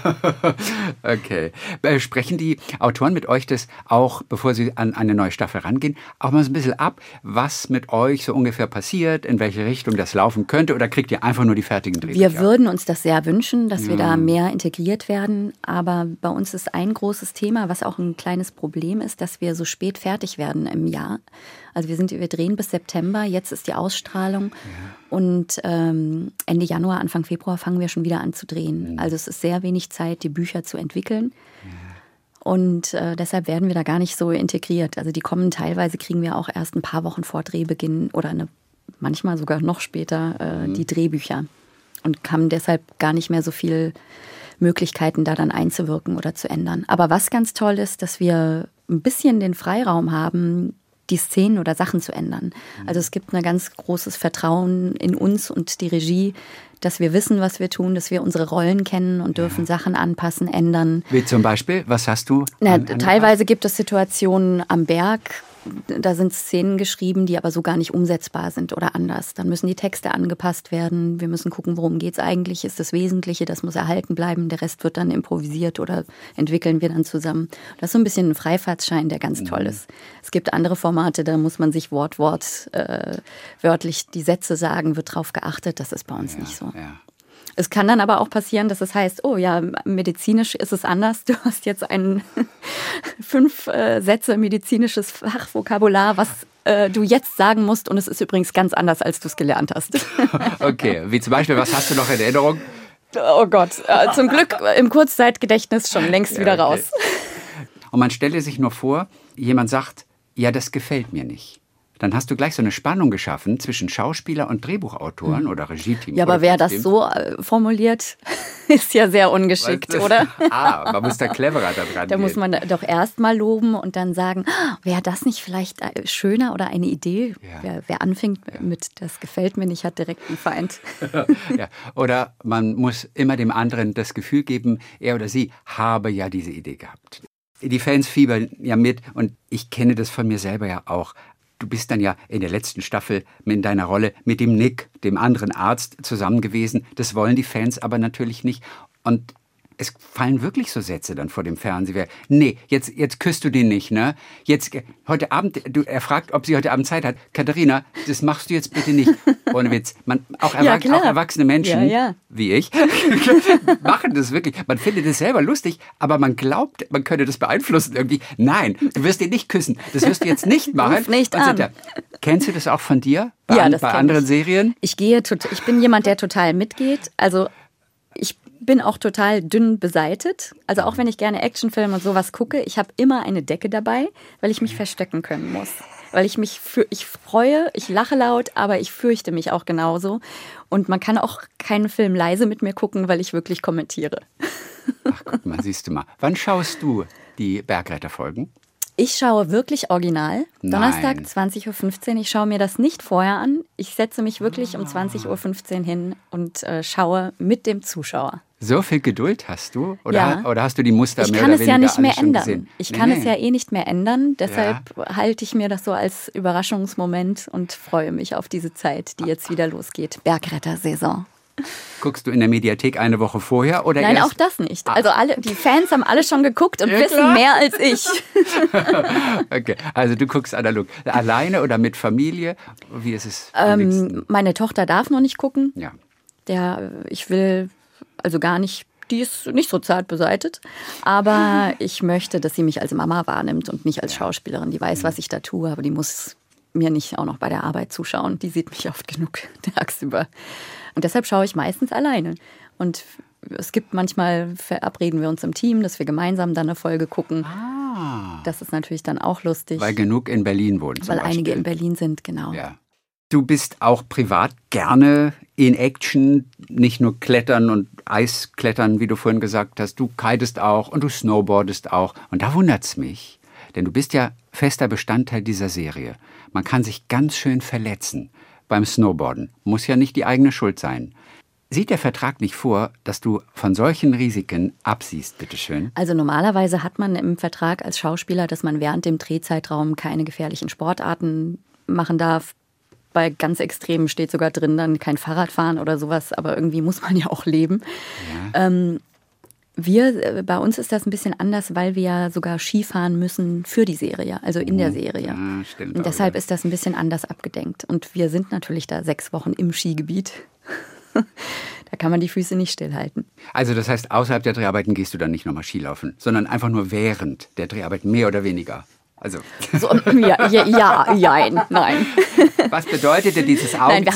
Okay. Sprechen die Autoren mit euch das auch, bevor sie an eine neue Staffel rangehen, auch mal so ein bisschen ab, was mit euch so ungefähr passiert, in welche Richtung das laufen könnte, oder kriegt ihr einfach nur die fertigen Drehbücher? Wir würden uns das sehr wünschen, dass wir da mehr integriert werden, aber bei uns ist ein großes Thema, was auch ein kleines Problem ist, dass wir so spät fertig werden im Jahr. Also wir drehen bis September, jetzt ist die Ausstrahlung und Ende Januar, Anfang Februar fangen wir schon wieder an zu drehen. Also es ist sehr wenig Zeit, die Bücher zu entwickeln. Und deshalb werden wir da gar nicht so integriert. Also die kommen teilweise, kriegen wir auch erst ein paar Wochen vor Drehbeginn oder manchmal sogar noch später die Drehbücher und haben deshalb gar nicht mehr so viel Möglichkeiten, da dann einzuwirken oder zu ändern. Aber was ganz toll ist, dass wir ein bisschen den Freiraum haben, die Szenen oder Sachen zu ändern. Also es gibt ein ganz großes Vertrauen in uns und die Regie, dass wir wissen, was wir tun, dass wir unsere Rollen kennen und dürfen Sachen anpassen, ändern. Wie zum Beispiel? Was hast du? Teilweise gibt es Situationen am Berg, da sind Szenen geschrieben, die aber so gar nicht umsetzbar sind oder anders. Dann müssen die Texte angepasst werden. Wir müssen gucken, worum geht es eigentlich. Ist das Wesentliche, das muss erhalten bleiben. Der Rest wird dann improvisiert oder entwickeln wir dann zusammen. Das ist so ein bisschen ein Freifahrtschein, der ganz toll ist. Es gibt andere Formate, da muss man sich wörtlich die Sätze sagen, wird drauf geachtet. Das ist bei uns nicht so. Ja. Es kann dann aber auch passieren, dass es heißt, oh ja, medizinisch ist es anders. Du hast jetzt 5 Sätze medizinisches Fachvokabular, was du jetzt sagen musst. Und es ist übrigens ganz anders, als du es gelernt hast. Okay, wie zum Beispiel, was hast du noch in Erinnerung? Oh Gott, zum Glück im Kurzzeitgedächtnis schon längst wieder raus. Und man stelle sich nur vor, jemand sagt, ja, das gefällt mir nicht. Dann hast du gleich so eine Spannung geschaffen zwischen Schauspieler und Drehbuchautoren oder Regie-Team. Ja, aber wer das so formuliert, ist ja sehr ungeschickt, oder? Man muss da cleverer da dran Da muss man doch erst mal loben und dann sagen, wäre das nicht vielleicht schöner oder eine Idee? Ja. Wer anfängt mit, das gefällt mir nicht, hat direkt einen Feind. Ja. Oder man muss immer dem anderen das Gefühl geben, er oder sie habe ja diese Idee gehabt. Die Fans fiebern ja mit und ich kenne das von mir selber ja auch. Du bist dann ja in der letzten Staffel in deiner Rolle mit dem Nick, dem anderen Arzt, zusammen gewesen. Das wollen die Fans aber natürlich nicht. Und es fallen wirklich so Sätze dann vor dem Fernseher. Nee, jetzt küsst du den nicht, ne? Heute Abend, er fragt, ob sie heute Abend Zeit hat. Katharina, das machst du jetzt bitte nicht. Ohne Witz. Auch erwachsene Menschen, wie ich, machen das wirklich. Man findet es selber lustig, aber man glaubt, man könne das beeinflussen irgendwie. Nein, du wirst ihn nicht küssen. Das wirst du jetzt nicht machen. Ruf nicht an. Kennst du das auch von dir? Bei anderen Serien? Ich bin jemand, der total mitgeht. Also ich bin auch total dünn beseitet. Also auch wenn ich gerne Actionfilme und sowas gucke, ich habe immer eine Decke dabei, weil ich mich verstecken können muss. Weil ich freue, ich lache laut, aber ich fürchte mich auch genauso. Und man kann auch keinen Film leise mit mir gucken, weil ich wirklich kommentiere. Ach, guck mal, siehst du mal. Wann schaust du die Bergretter-Folgen? Ich schaue wirklich original. Donnerstag, 20.15 Uhr. Ich schaue mir das nicht vorher an. Ich setze mich wirklich um 20.15 Uhr hin und schaue mit dem Zuschauer. So viel Geduld hast du? Oder hast du die Muster mehr oder weniger Ich kann es ja nicht mehr ändern. Gesehen? Ich kann es ja eh nicht mehr ändern. Deshalb halte ich mir das so als Überraschungsmoment und freue mich auf diese Zeit, die jetzt wieder losgeht. Bergretter-Saison. Guckst du in der Mediathek eine Woche vorher? Oder Nein, erst? auch das nicht. Also die Fans haben alle schon geguckt und wissen mehr als ich. Okay, also du guckst analog. Alleine oder mit Familie? Wie ist es am liebsten? Meine Tochter darf noch nicht gucken. Ja. Ich will also gar nicht, die ist nicht so zart beseitet, aber ich möchte, dass sie mich als Mama wahrnimmt und nicht als Schauspielerin. Die weiß, was ich da tue, aber die muss mir nicht auch noch bei der Arbeit zuschauen. Die sieht mich oft genug tagsüber. Und deshalb schaue ich meistens alleine. Und es gibt manchmal, verabreden wir uns im Team, dass wir gemeinsam dann eine Folge gucken. Das ist natürlich dann auch lustig. Weil genug in Berlin wohnen. Weil einige in Berlin sind, genau. Ja. Du bist auch privat gerne in Action, nicht nur Klettern und Eisklettern, wie du vorhin gesagt hast. Du kitest auch und du snowboardest auch. Und da wundert's mich, denn du bist ja fester Bestandteil dieser Serie. Man kann sich ganz schön verletzen beim Snowboarden. Muss ja nicht die eigene Schuld sein. Sieht der Vertrag nicht vor, dass du von solchen Risiken absiehst, bitteschön? Also normalerweise hat man im Vertrag als Schauspieler, dass man während dem Drehzeitraum keine gefährlichen Sportarten machen darf. Bei ganz Extremen steht sogar drin, dann kein Fahrradfahren oder sowas, aber irgendwie muss man ja auch leben. Ja. Bei uns ist das ein bisschen anders, weil wir ja sogar Skifahren müssen für die Serie, also in der Serie. Ja, stimmt. Und deshalb ist das ein bisschen anders abgedenkt. Und wir sind natürlich da 6 Wochen im Skigebiet. Da kann man die Füße nicht stillhalten. Also das heißt, außerhalb der Dreharbeiten gehst du dann nicht nochmal Skilaufen, sondern einfach nur während der Dreharbeiten, mehr oder weniger? Also. So, nein. Was bedeutet denn dieses Augenzwinkern? Nein,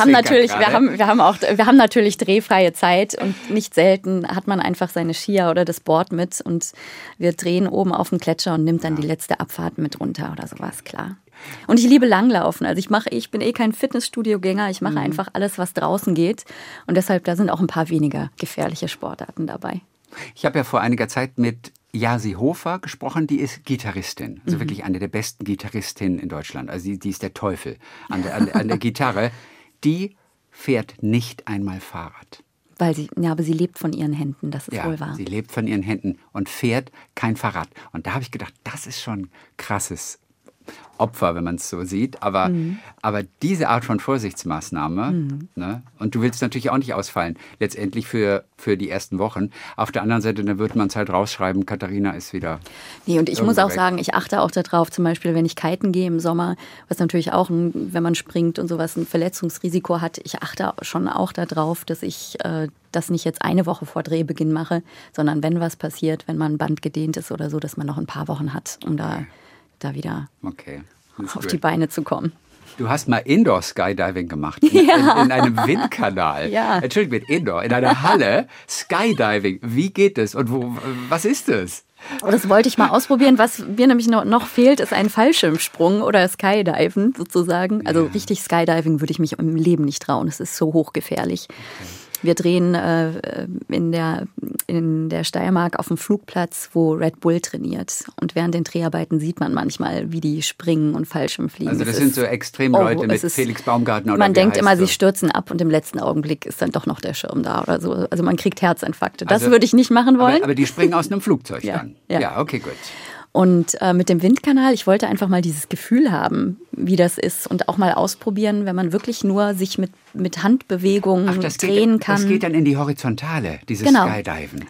wir haben natürlich drehfreie Zeit und nicht selten hat man einfach seine Skier oder das Board mit und wir drehen oben auf dem Gletscher und nimmt dann die letzte Abfahrt mit runter oder sowas, klar. Und ich liebe Langlaufen. Also ich bin kein Fitnessstudio-Gänger. Ich mache einfach alles, was draußen geht. Und deshalb, da sind auch ein paar weniger gefährliche Sportarten dabei. Ich habe ja vor einiger Zeit mit Yasi Hofer gesprochen, die ist Gitarristin, also wirklich eine der besten Gitarristinnen in Deutschland. Also die ist der Teufel an der Gitarre. Die fährt nicht einmal Fahrrad. Aber sie lebt von ihren Händen, das ist wohl wahr. Sie lebt von ihren Händen und fährt kein Fahrrad. Und da habe ich gedacht, das ist schon krasses Opfer, wenn man es so sieht. Aber diese Art von Vorsichtsmaßnahme, ne? Und du willst natürlich auch nicht ausfallen, letztendlich für die ersten Wochen. Auf der anderen Seite, dann wird man es halt rausschreiben, Katharina ist wieder. Nee, und ich muss auch sagen, ich achte auch darauf, zum Beispiel, wenn ich kiten gehe im Sommer, was natürlich auch, wenn man springt und sowas, ein Verletzungsrisiko hat, ich achte schon auch darauf, dass ich das nicht jetzt eine Woche vor Drehbeginn mache, sondern wenn was passiert, wenn man ein Band gedehnt ist oder so, dass man noch ein paar Wochen hat, um da wieder auf die Beine zu kommen. Du hast mal Indoor-Skydiving gemacht in einem Windkanal. Ja. Entschuldigung, Indoor, in einer Halle. Skydiving, wie geht das und was ist das? Das wollte ich mal ausprobieren. Was mir nämlich noch fehlt, ist ein Fallschirmsprung oder Skydiven sozusagen. Also richtig Skydiving würde ich mich im Leben nicht trauen. Es ist so hochgefährlich. Okay. Wir drehen in der Steiermark auf dem Flugplatz, wo Red Bull trainiert. Und während den Dreharbeiten sieht man manchmal, wie die springen und Fallschirm fliegen. Also das sind so Extremleute mit Felix Baumgartner oder man denkt immer, sie stürzen ab und im letzten Augenblick ist dann doch noch der Schirm da oder so. Also man kriegt Herzinfarkte. Das würde ich nicht machen wollen. Aber die springen aus einem Flugzeug dann? Ja, okay, gut. Und mit dem Windkanal, ich wollte einfach mal dieses Gefühl haben, wie das ist und auch mal ausprobieren, wenn man wirklich nur sich mit Handbewegungen drehen kann. Das geht dann in die Horizontale, dieses Skydiven.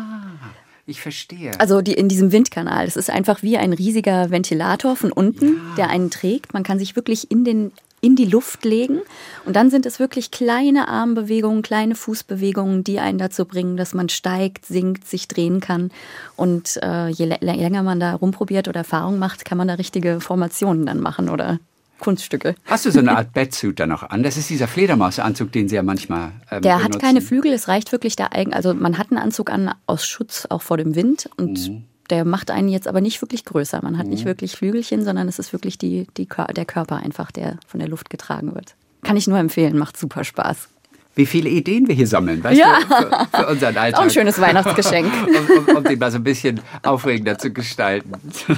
Ich verstehe. Also in diesem Windkanal, das ist einfach wie ein riesiger Ventilator von unten, der einen trägt. Man kann sich wirklich in die Luft legen und dann sind es wirklich kleine Armbewegungen, kleine Fußbewegungen, die einen dazu bringen, dass man steigt, sinkt, sich drehen kann und je länger man da rumprobiert oder Erfahrung macht, kann man da richtige Formationen dann machen oder Kunststücke. Hast du so eine Art Batsuit da noch an? Das ist dieser Fledermausanzug, den sie ja manchmal Der benutzen. hat keine Flügel, es reicht wirklich also man hat einen Anzug an aus Schutz auch vor dem Wind und der macht einen jetzt aber nicht wirklich größer. Man hat nicht wirklich Flügelchen, sondern es ist wirklich der Körper einfach, der von der Luft getragen wird. Kann ich nur empfehlen, macht super Spaß. Wie viele Ideen wir hier sammeln, weißt du, für unseren Alltag. Auch ein schönes Weihnachtsgeschenk. um den mal so ein bisschen aufregender zu gestalten.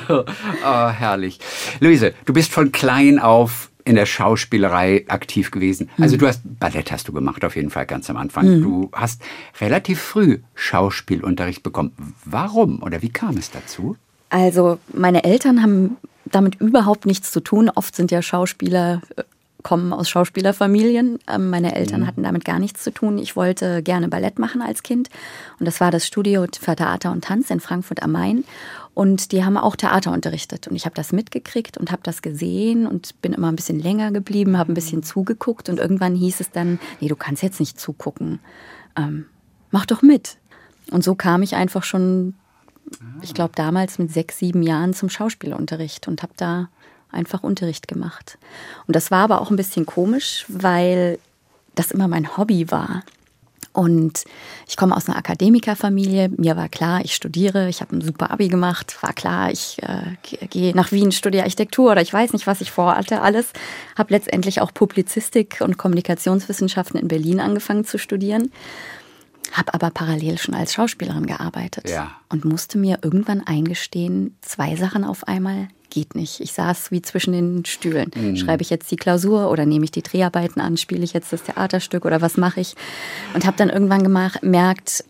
Oh, herrlich. Luise, du bist von klein auf in der Schauspielerei aktiv gewesen. Also Ballett hast du gemacht, auf jeden Fall ganz am Anfang. Du hast relativ früh Schauspielunterricht bekommen. Warum oder wie kam es dazu? Also meine Eltern haben damit überhaupt nichts zu tun. Oft sind ja Schauspieler kommen aus Schauspielerfamilien. Meine Eltern hatten damit gar nichts zu tun. Ich wollte gerne Ballett machen als Kind. Und das war das Studio für Theater und Tanz in Frankfurt am Main. Und die haben auch Theater unterrichtet. Und ich habe das mitgekriegt und habe das gesehen und bin immer ein bisschen länger geblieben, habe ein bisschen zugeguckt. Und irgendwann hieß es dann, nee, du kannst jetzt nicht zugucken. Mach doch mit. Und so kam ich einfach schon, ich glaube damals mit 6, 7 Jahren zum Schauspielunterricht und habe da einfach Unterricht gemacht. Und das war aber auch ein bisschen komisch, weil das immer mein Hobby war. Und ich komme aus einer Akademikerfamilie. Mir war klar, ich studiere, ich habe ein super Abi gemacht. War klar, ich gehe nach Wien, studiere Architektur oder ich weiß nicht, was ich vorhatte, alles. Habe letztendlich auch Publizistik und Kommunikationswissenschaften in Berlin angefangen zu studieren. Habe aber parallel schon als Schauspielerin gearbeitet. Ja. Und musste mir irgendwann eingestehen, 2 Sachen auf einmal geht nicht. Ich saß wie zwischen den Stühlen. Schreibe ich jetzt die Klausur oder nehme ich die Dreharbeiten an? Spiele ich jetzt das Theaterstück oder was mache ich? Und habe dann irgendwann gemerkt,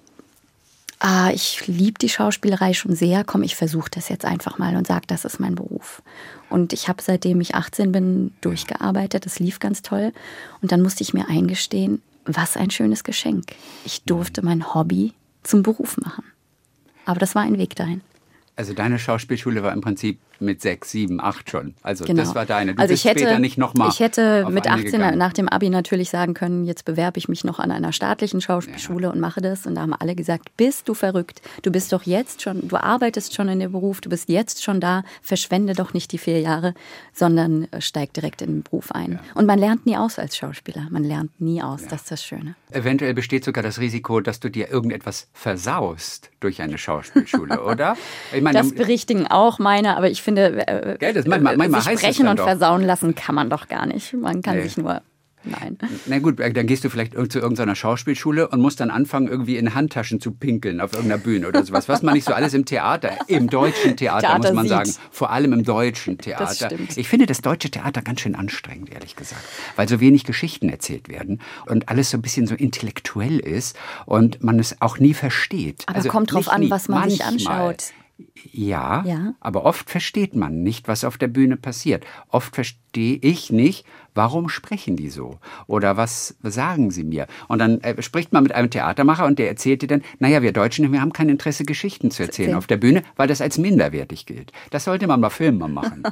ich liebe die Schauspielerei schon sehr. Komm, ich versuche das jetzt einfach mal und sage, das ist mein Beruf. Und ich habe, seitdem ich 18 bin, durchgearbeitet. Das lief ganz toll. Und dann musste ich mir eingestehen, was ein schönes Geschenk. Ich durfte mein Hobby zum Beruf machen. Aber das war ein Weg dahin. Also deine Schauspielschule war im Prinzip mit 6, 7, 8 schon. Also genau. Das war deine. Du bist später nicht nochmal. Ich hätte mit 18 nach dem Abi natürlich sagen können, jetzt bewerbe ich mich noch an einer staatlichen Schauspielschule und mache das. Und da haben alle gesagt, bist du verrückt? Du bist doch jetzt schon, du arbeitest schon in dem Beruf, du bist jetzt schon da, verschwende doch nicht die 4 Jahre, sondern steig direkt in den Beruf ein. Ja. Und man lernt nie aus als Schauspieler. Man lernt nie aus, das ist das Schöne. Eventuell besteht sogar das Risiko, dass du dir irgendetwas versaust durch eine Schauspielschule, oder? Ich meine, das berichtigen auch meine, aber ich finde, manchmal sich brechen und versauen lassen kann man doch gar nicht. Man kann sich nur... Nein. Na gut, dann gehst du vielleicht zu irgendeiner Schauspielschule und musst dann anfangen, irgendwie in Handtaschen zu pinkeln auf irgendeiner Bühne oder sowas. Was man nicht so alles im Theater, im deutschen Theater muss man sagen, vor allem im deutschen Theater. Das stimmt. Ich finde das deutsche Theater ganz schön anstrengend, ehrlich gesagt, weil so wenig Geschichten erzählt werden und alles so ein bisschen so intellektuell ist und man es auch nie versteht. Aber kommt drauf an, was man sich anschaut. Ja, aber oft versteht man nicht, was auf der Bühne passiert. Oft verstehe ich nicht, warum sprechen die so? Oder was sagen sie mir? Und dann spricht man mit einem Theatermacher und der erzählt dir dann, naja, wir Deutschen, wir haben kein Interesse, Geschichten zu erzählen auf der Bühne, weil das als minderwertig gilt. Das sollte man bei Filmen machen.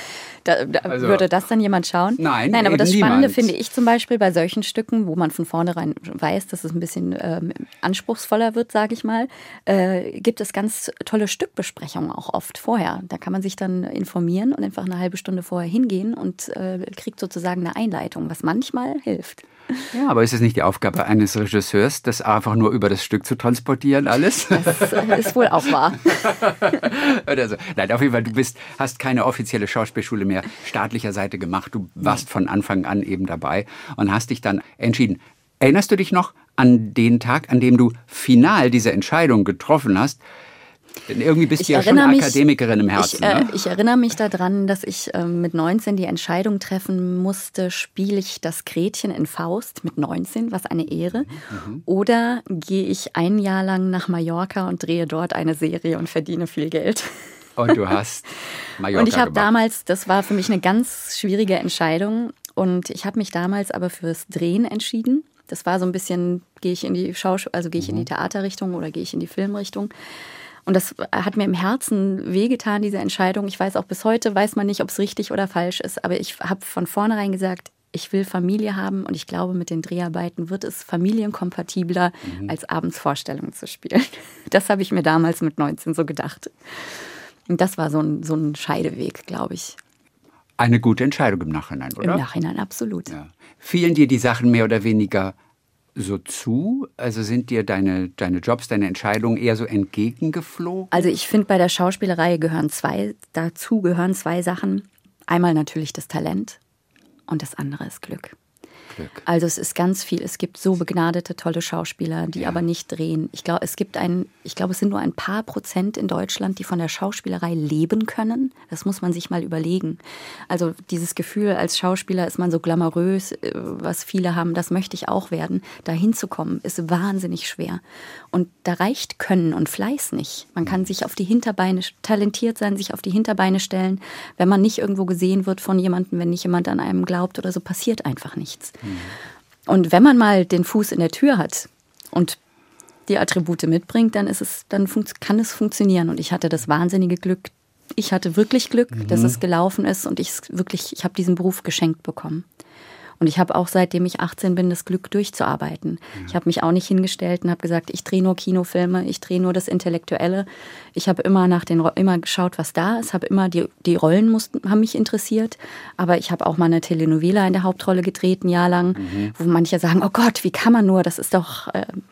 Würde das dann jemand schauen? Nein, aber das Spannende niemand. finde ich zum Beispiel bei solchen Stücken, wo man von vornherein weiß, dass es ein bisschen anspruchsvoller wird, sage ich mal, gibt es ganz tolle Stückbesprechungen auch oft vorher. Da kann man sich dann informieren und einfach eine halbe Stunde vorher hingehen und kriegt sozusagen eine Einleitung, was manchmal hilft. Ja, aber ist es nicht die Aufgabe eines Regisseurs, das einfach nur über das Stück zu transportieren, alles? Das ist wohl auch wahr. Oder so. Nein, auf jeden Fall, hast keine offizielle Schauspielschule mehr staatlicher Seite gemacht. Du warst von Anfang an eben dabei und hast dich dann entschieden. Erinnerst du dich noch an den Tag, an dem du final diese Entscheidung getroffen hast? Denn irgendwie bist du ja schon Akademikerin im Herzen. Ich erinnere mich daran, dass ich mit 19 die Entscheidung treffen musste, spiele ich das Gretchen in Faust mit 19, was eine Ehre, oder gehe ich ein Jahr lang nach Mallorca und drehe dort eine Serie und verdiene viel Geld. Und du hast Mallorca Und ich habe gemacht. damals, das war für mich eine ganz schwierige Entscheidung, und ich habe mich damals aber fürs Drehen entschieden. Das war so ein bisschen, gehe ich in die gehe ich in die Theaterrichtung oder gehe ich in die Filmrichtung? Und das hat mir im Herzen wehgetan, diese Entscheidung. Ich weiß auch bis heute, weiß man nicht, ob es richtig oder falsch ist. Aber ich habe von vornherein gesagt, ich will Familie haben. Und ich glaube, mit den Dreharbeiten wird es familienkompatibler, als abends Vorstellungen zu spielen. Das habe ich mir damals mit 19 so gedacht. Und das war so ein Scheideweg, glaube ich. Eine gute Entscheidung im Nachhinein, oder? Im Nachhinein, absolut. Ja. Fielen dir die Sachen mehr oder weniger so zu? Also sind dir deine Jobs, deine Entscheidungen eher so entgegengeflogen? Also ich finde, bei der Schauspielerei gehören zwei Sachen. Einmal natürlich das Talent und das andere ist Glück. Also es ist ganz viel. Es gibt so begnadete, tolle Schauspieler, die aber nicht drehen. Ich glaube, es sind nur ein paar Prozent in Deutschland, die von der Schauspielerei leben können. Das muss man sich mal überlegen. Also dieses Gefühl, als Schauspieler ist man so glamourös, was viele haben, das möchte ich auch werden. Da hinzukommen, ist wahnsinnig schwer. Und da reicht Können und Fleiß nicht. Man kann sich auf die Hinterbeine, talentiert sein, sich auf die Hinterbeine stellen. Wenn man nicht irgendwo gesehen wird von jemandem, wenn nicht jemand an einem glaubt oder so, passiert einfach nichts. Und wenn man mal den Fuß in der Tür hat und die Attribute mitbringt, dann kann es funktionieren. Und ich hatte das wahnsinnige Glück. Ich hatte wirklich Glück, dass es gelaufen ist und ich habe diesen Beruf geschenkt bekommen. Und ich habe auch, seitdem ich 18 bin, das Glück, durchzuarbeiten. Ja. Ich habe mich auch nicht hingestellt und habe gesagt, ich drehe nur Kinofilme, ich drehe nur das Intellektuelle. Ich habe immer immer geschaut, was da ist, habe immer die Rollen haben mich interessiert. Aber ich habe auch mal eine Telenovela in der Hauptrolle gedreht, ein Jahr lang, wo manche sagen, oh Gott, wie kann man nur, das ist doch...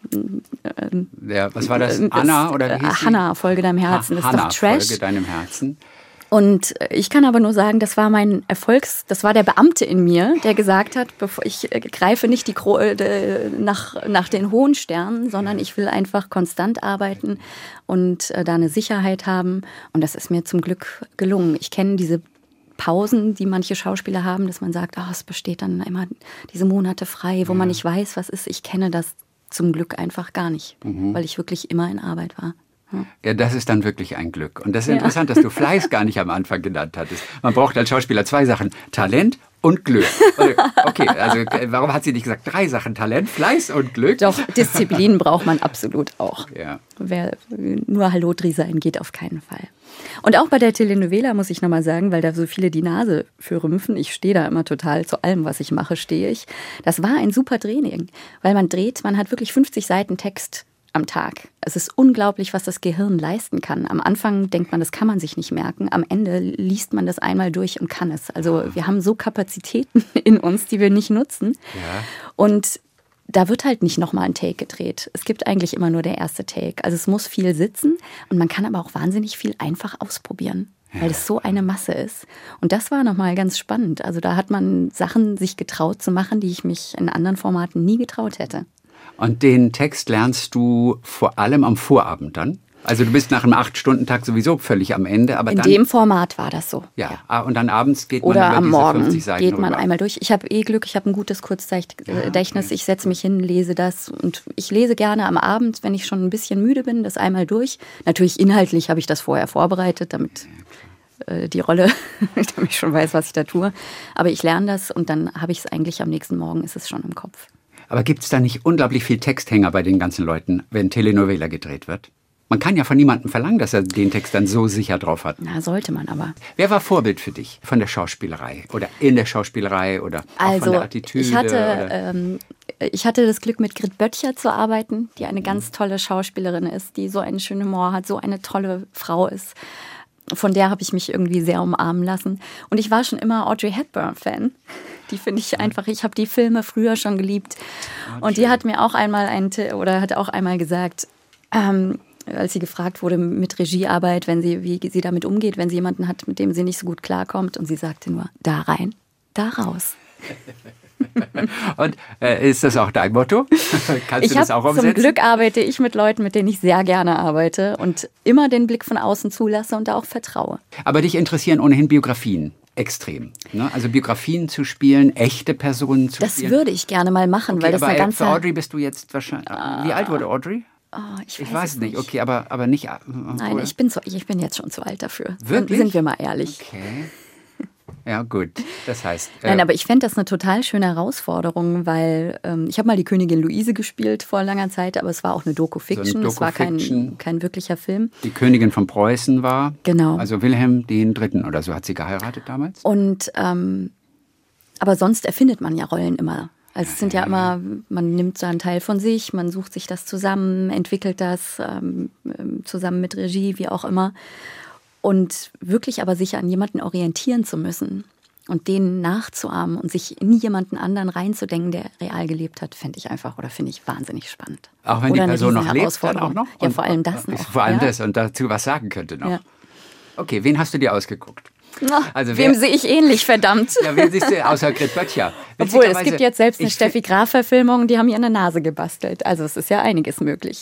was war das? Anna oder wie hieß Hanna, Folge deinem Herzen, das ist doch Trash. Folge deinem Herzen. Und ich kann aber nur sagen, das war das war der Beamte in mir, der gesagt hat, ich greife nicht nach den hohen Sternen, sondern ich will einfach konstant arbeiten und da eine Sicherheit haben. Und das ist mir zum Glück gelungen. Ich kenne diese Pausen, die manche Schauspieler haben, dass man sagt, es besteht dann immer diese Monate frei, wo man nicht weiß, was ist. Ich kenne das zum Glück einfach gar nicht, weil ich wirklich immer in Arbeit war. Ja, das ist dann wirklich ein Glück. Und das ist interessant, dass du Fleiß gar nicht am Anfang genannt hattest. Man braucht als Schauspieler 2 Sachen, Talent und Glück. Okay, also warum hat sie nicht gesagt 3 Sachen, Talent, Fleiß und Glück? Doch, Disziplin braucht man absolut auch. Ja. Wer nur Hallodri sein geht, auf keinen Fall. Und auch bei der Telenovela muss ich nochmal sagen, weil da so viele die Nase für rümpfen, ich stehe da immer total, zu allem, was ich mache, stehe ich. Das war ein super Training, weil man hat wirklich 50 Seiten Text am Tag. Es ist unglaublich, was das Gehirn leisten kann. Am Anfang denkt man, das kann man sich nicht merken. Am Ende liest man das einmal durch und kann es. Also wir haben so Kapazitäten in uns, die wir nicht nutzen. Ja. Und da wird halt nicht nochmal ein Take gedreht. Es gibt eigentlich immer nur der erste Take. Also es muss viel sitzen und man kann aber auch wahnsinnig viel einfach ausprobieren, weil es so eine Masse ist. Und das war nochmal ganz spannend. Also da hat man Sachen sich getraut zu machen, die ich mich in anderen Formaten nie getraut hätte. Und den Text lernst du vor allem am Vorabend dann? Also du bist nach einem 8-Stunden-Tag sowieso völlig am Ende. Aber in dem Format war das so. Ja. Und dann abends geht man oder über am diese Morgen 50 Seiten geht man rüber. einmal durch. Ich habe Glück, ich habe ein gutes Kurzgedächtnis. Okay. Ich setze mich hin, lese das. Und ich lese gerne am Abend, wenn ich schon ein bisschen müde bin, das einmal durch. Natürlich inhaltlich habe ich das vorher vorbereitet, damit die Rolle, damit ich schon weiß, was ich da tue. Aber ich lerne das und dann habe ich es eigentlich am nächsten Morgen, ist es schon im Kopf. Aber gibt es da nicht unglaublich viel Texthänger bei den ganzen Leuten, wenn Telenovela gedreht wird? Man kann ja von niemandem verlangen, dass er den Text dann so sicher drauf hat. Na, sollte man aber. Wer war Vorbild für dich von der Schauspielerei oder in der Schauspielerei oder auch von der Attitüde? Ich hatte das Glück, mit Grit Böttcher zu arbeiten, die eine ganz tolle Schauspielerin ist, die so einen schönen Humor hat, so eine tolle Frau ist. Von der habe ich mich irgendwie sehr umarmen lassen. Und ich war schon immer Audrey Hepburn-Fan. Die finde ich einfach, ich habe die Filme früher schon geliebt. Und die hat mir auch einmal gesagt, als sie gefragt wurde mit Regiearbeit, wie sie damit umgeht, wenn sie jemanden hat, mit dem sie nicht so gut klarkommt. Und sie sagte nur, da rein, da raus. Und ist das auch dein Motto? Kannst du das auch umsetzen? Zum Glück arbeite ich mit Leuten, mit denen ich sehr gerne arbeite und immer den Blick von außen zulasse und da auch vertraue. Aber dich interessieren ohnehin Biografien extrem. Ne? Also Biografien zu spielen, echte Personen zu spielen. Das würde ich gerne mal machen, okay, weil das aber eine ganze... Für Audrey bist du jetzt wahrscheinlich... Wie alt wurde Audrey? Ich weiß es nicht. Okay, aber nicht... Nein, ich bin jetzt schon zu alt dafür. Wirklich? Sind wir mal ehrlich. Okay. Ja, gut. Das heißt... Nein, aber ich fände das eine total schöne Herausforderung, weil ich habe mal die Königin Luise gespielt vor langer Zeit, aber es war auch eine Doku-Fiction. Es war kein wirklicher Film. Die Königin von Preußen war... Genau. Also Wilhelm III. Oder so hat sie geheiratet damals. Und aber sonst erfindet man ja Rollen immer. Also es sind ja immer, man nimmt so einen Teil von sich, man sucht sich das zusammen, entwickelt das zusammen mit Regie, wie auch immer. Und wirklich aber sich an jemanden orientieren zu müssen und denen nachzuahmen und sich in jemanden anderen reinzudenken, der real gelebt hat, finde ich wahnsinnig spannend. Auch wenn die Person noch lebt, dann auch noch? Ja, vor allem das noch. Vor allem das und dazu was sagen könnte noch. Ja. Okay, wen hast du dir ausgeguckt? Also wem sehe ich ähnlich, verdammt. Ja, wen siehst du außer Grit Böttcher? Obwohl, es gibt jetzt selbst eine Steffi Graf-Verfilmung, die haben ihr eine Nase gebastelt. Also es ist ja einiges möglich.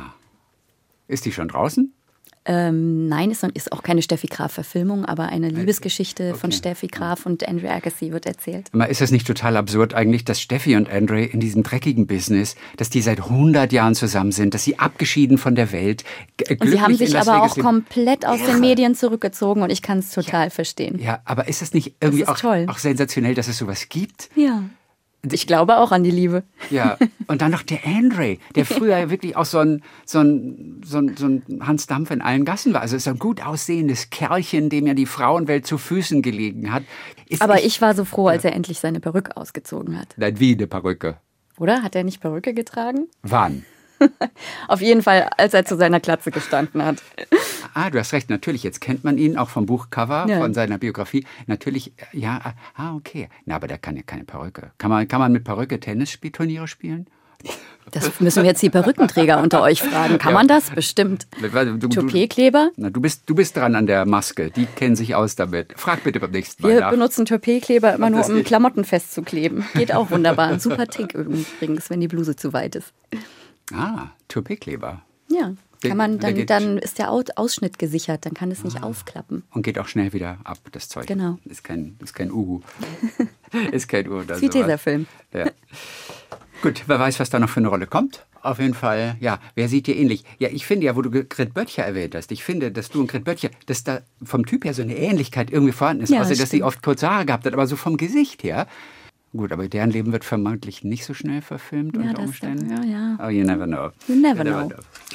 Ist die schon draußen? Nein, es ist auch keine Steffi Graf-Verfilmung, aber eine Liebesgeschichte von Steffi Graf und Andre Agassi wird erzählt. Ist das nicht total absurd eigentlich, dass Steffi und Andre in diesem dreckigen Business, dass die seit 100 Jahren zusammen sind, dass sie abgeschieden von der Welt, glücklich und sie haben sich aber auch komplett aus den Medien zurückgezogen und ich kann es total verstehen. Ja, aber ist das nicht irgendwie auch sensationell, dass es sowas gibt? Ja. Ich glaube auch an die Liebe. Ja, und dann noch der Andre, der früher wirklich auch so ein Hans Dampf in allen Gassen war. Also ist ein gut aussehendes Kerlchen, dem ja die Frauenwelt zu Füßen gelegen hat. Aber ich war so froh, als er endlich seine Perücke ausgezogen hat. Nein, wie eine Perücke. Oder? Hat er nicht Perücke getragen? Wann? Auf jeden Fall, als er zu seiner Glatze gestanden hat. Du hast recht, natürlich. Jetzt kennt man ihn auch vom Buchcover, von seiner Biografie. Natürlich, ja, okay. Na, aber der kann ja keine Perücke. Kann man mit Perücke Tennisturniere spielen? Das müssen wir jetzt die Perückenträger unter euch fragen. Kann man das? Bestimmt. Toupet-Kleber? Du bist dran an der Maske. Die kennen sich aus damit. Frag bitte beim nächsten Mal Wir nach. benutzen Toupet-Kleber immer nur, um Klamotten festzukleben. Geht auch wunderbar. Ein super Tick übrigens, wenn die Bluse zu weit ist. Toupet-Kleber. Ja, kann man dann ist der Ausschnitt gesichert, dann kann es nicht aufklappen. Und geht auch schnell wieder ab, das Zeug. Genau. Ist kein Uhu. Ist kein Uhu. Wie dieser Film. Ja. Gut, wer weiß, was da noch für eine Rolle kommt. Auf jeden Fall, ja, wer sieht dir ähnlich? Ja, ich finde ja, wo du Grit Böttcher erwähnt hast, ich finde, dass du und Grit Böttcher, dass da vom Typ her so eine Ähnlichkeit irgendwie vorhanden ist. Ja, außer, dass sie oft kurze Haare gehabt hat, aber so vom Gesicht her. Gut, aber deren Leben wird vermutlich nicht so schnell verfilmt unter Umständen. Ja. Oh, you never know. You never know.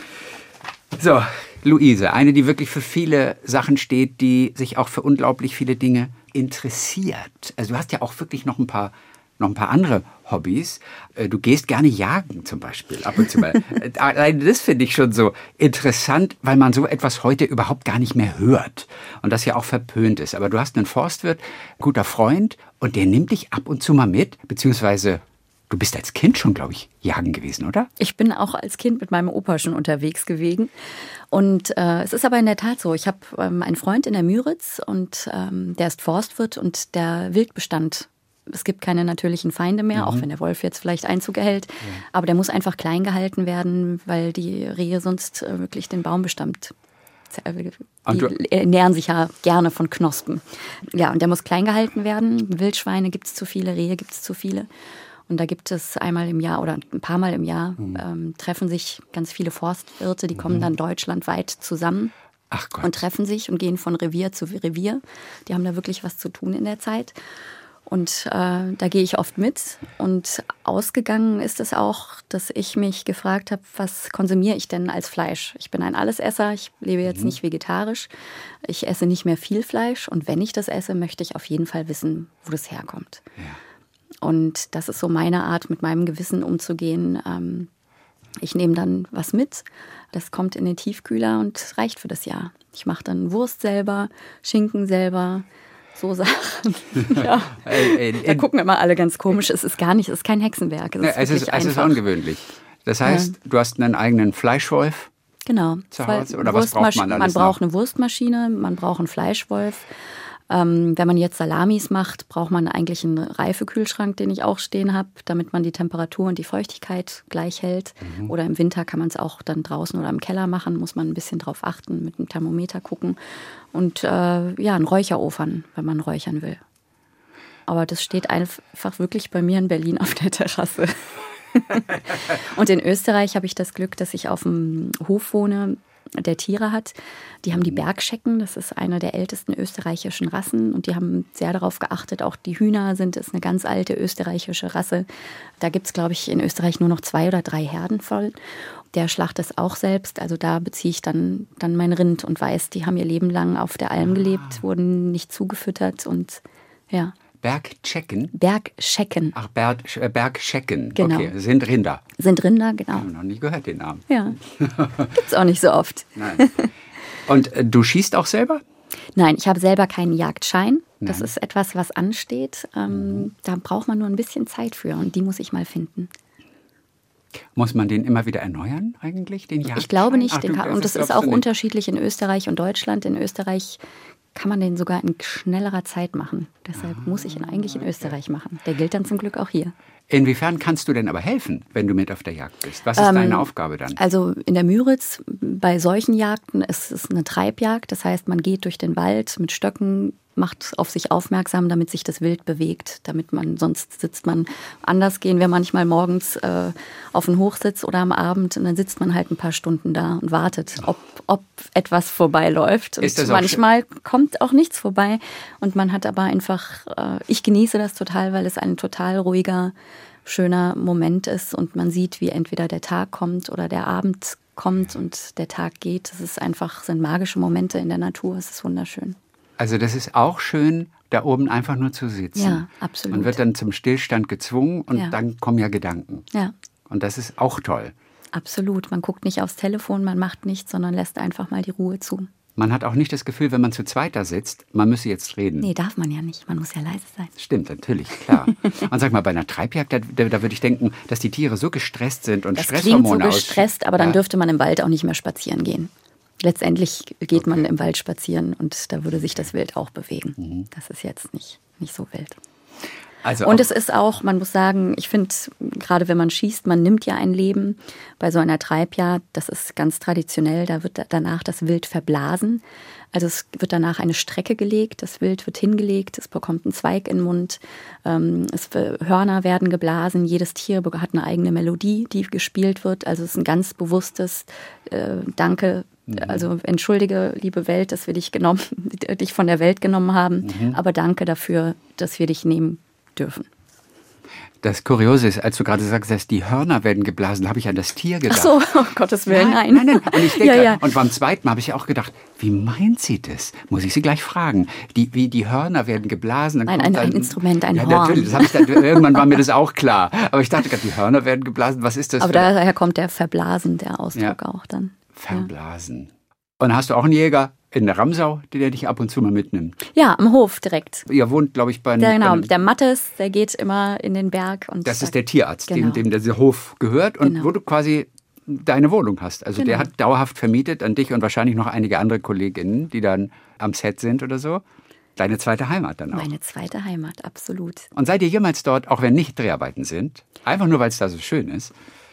So, Luise, eine, die wirklich für viele Sachen steht, die sich auch für unglaublich viele Dinge interessiert. Also du hast ja auch wirklich noch ein paar andere Hobbys. Du gehst gerne jagen zum Beispiel, ab und zu mal. Das finde ich schon so interessant, weil man so etwas heute überhaupt gar nicht mehr hört. Und das ja auch verpönt ist. Aber du hast einen Forstwirt, guter Freund, und der nimmt dich ab und zu mal mit, beziehungsweise du bist als Kind schon, glaube ich, jagen gewesen, oder? Ich bin auch als Kind mit meinem Opa schon unterwegs gewesen. Und es ist aber in der Tat so, ich habe einen Freund in der Müritz und der ist Forstwirt und der Wildbestand. Es gibt keine natürlichen Feinde mehr, auch wenn der Wolf jetzt vielleicht Einzug erhält. Ja. Aber der muss einfach klein gehalten werden, weil die Rehe sonst wirklich den Baumbestand die ernähren sich ja gerne von Knospen. Ja, und der muss klein gehalten werden. Wildschweine gibt es zu viele, Rehe gibt es zu viele. Und da gibt es einmal im Jahr oder ein paar Mal im Jahr treffen sich ganz viele Forstwirte, die kommen dann deutschlandweit zusammen. Ach Gott. Und treffen sich und gehen von Revier zu Revier. Die haben da wirklich was zu tun in der Zeit. Und da gehe ich oft mit. Und ausgegangen ist es auch, dass ich mich gefragt habe, was konsumiere ich denn als Fleisch? Ich bin ein Allesesser, ich lebe jetzt nicht vegetarisch. Ich esse nicht mehr viel Fleisch. Und wenn ich das esse, möchte ich auf jeden Fall wissen, wo das herkommt. Ja. Und das ist so meine Art, mit meinem Gewissen umzugehen. Ich nehme dann was mit, das kommt in den Tiefkühler und reicht für das Jahr. Ich mache dann Wurst selber, Schinken selber, so Sachen. Ja. Da gucken immer alle ganz komisch. Es ist kein Hexenwerk. Es ist ungewöhnlich. Das heißt, du hast einen eigenen Fleischwolf? Genau. Zu Hause? Oder was braucht man alles Man braucht eine Wurstmaschine, man braucht einen Fleischwolf. Wenn man jetzt Salamis macht, braucht man eigentlich einen Reifekühlschrank, den ich auch stehen habe, damit man die Temperatur und die Feuchtigkeit gleich hält. Oder im Winter kann man es auch dann draußen oder im Keller machen, muss man ein bisschen drauf achten, mit dem Thermometer gucken. Und einen Räucherofen, wenn man räuchern will. Aber das steht einfach wirklich bei mir in Berlin auf der Terrasse. Und in Österreich habe ich das Glück, dass ich auf dem Hof wohne, der Tiere hat. Die haben die Bergschecken, das ist eine der ältesten österreichischen Rassen und die haben sehr darauf geachtet, auch die Hühner ist eine ganz alte österreichische Rasse. Da gibt es, glaube ich, in Österreich nur noch 2 oder 3 Herden voll. Der schlachtet es auch selbst, also da beziehe ich dann mein Rind und weiß, die haben ihr Leben lang auf der Alm gelebt, wurden nicht zugefüttert und ja. Bergschecken? Bergschecken. Ach, Bergschecken. Genau. Okay, sind Rinder. Sind Rinder, genau. Ich habe noch nie gehört, den Namen. Ja, gibt's auch nicht so oft. Nein. Und du schießt auch selber? Nein, ich habe selber keinen Jagdschein. Das ist etwas, was ansteht. Da braucht man nur ein bisschen Zeit für und die muss ich mal finden. Muss man den immer wieder erneuern eigentlich, den Jagdschein? Ich glaube nicht. Und das ist auch unterschiedlich in Österreich und Deutschland. In Österreich kann man den sogar in schnellerer Zeit machen. Deshalb muss ich ihn eigentlich in Österreich machen. Der gilt dann zum Glück auch hier. Inwiefern kannst du denn aber helfen, wenn du mit auf der Jagd bist? Was ist deine Aufgabe dann? Also in der Müritz, bei solchen Jagden ist es eine Treibjagd. Das heißt, man geht durch den Wald mit Stöcken, macht auf sich aufmerksam, damit sich das Wild bewegt, sonst sitzt man, anders gehen wir manchmal morgens auf den Hochsitz oder am Abend und dann sitzt man halt ein paar Stunden da und wartet, ob etwas vorbeiläuft. Und manchmal kommt auch nichts vorbei und man hat aber einfach, ich genieße das total, weil es ein total ruhiger, schöner Moment ist und man sieht, wie entweder der Tag kommt oder der Abend kommt und der Tag geht. Sind magische Momente in der Natur, es ist wunderschön. Also das ist auch schön, da oben einfach nur zu sitzen. Ja, absolut. Man wird dann zum Stillstand gezwungen und dann kommen ja Gedanken. Ja. Und das ist auch toll. Absolut. Man guckt nicht aufs Telefon, man macht nichts, sondern lässt einfach mal die Ruhe zu. Man hat auch nicht das Gefühl, wenn man zu zweit da sitzt, man müsse jetzt reden. Nee, darf man ja nicht. Man muss ja leise sein. Stimmt, natürlich, klar. Und sag mal, bei einer Treibjagd, da würde ich denken, dass die Tiere so gestresst sind und Stresshormone Das klingt so gestresst, aber dann dürfte man im Wald auch nicht mehr spazieren gehen. Letztendlich geht man im Wald spazieren und da würde sich das Wild auch bewegen. Das ist jetzt nicht so wild. Und es ist auch, man muss sagen, ich finde, gerade wenn man schießt, man nimmt ja ein Leben. Bei so einer Treibjagd, das ist ganz traditionell, da wird danach das Wild verblasen. Also es wird danach eine Strecke gelegt, das Wild wird hingelegt, es bekommt einen Zweig in den Mund, Hörner werden geblasen, jedes Tier hat eine eigene Melodie, die gespielt wird. Also es ist ein ganz bewusstes Danke. Also entschuldige, liebe Welt, dass wir dich von der Welt genommen haben, aber danke dafür, dass wir dich nehmen dürfen. Das Kuriose ist, als du gerade sagst, dass die Hörner werden geblasen, habe ich an das Tier gedacht. Ach so, um Gottes Willen, nein. Nein. Und ich denke, und beim zweiten Mal habe ich auch gedacht, wie meint sie das? Muss ich sie gleich fragen. Wie die Hörner werden geblasen. Nein, ein Instrument, ein Horn. Natürlich, irgendwann war mir das auch klar. Aber ich dachte gerade, die Hörner werden geblasen, was ist das? Aber daher kommt der Verblasen, der Ausdruck auch dann. Verblasen. Ja. Und hast du auch einen Jäger in der Ramsau, der dich ab und zu mal mitnimmt? Ja, am Hof direkt. Ihr wohnt, glaube ich, bei... der Mattes, der geht immer in den Berg. Und das ist der Tierarzt, dem der Hof gehört und wo du quasi deine Wohnung hast. Also der hat dauerhaft vermietet an dich und wahrscheinlich noch einige andere Kolleginnen, die dann am Set sind oder so. Deine zweite Heimat dann auch. Meine zweite Heimat, absolut. Und seid ihr jemals dort, auch wenn nicht Dreharbeiten sind? Einfach nur, weil es da so schön ist?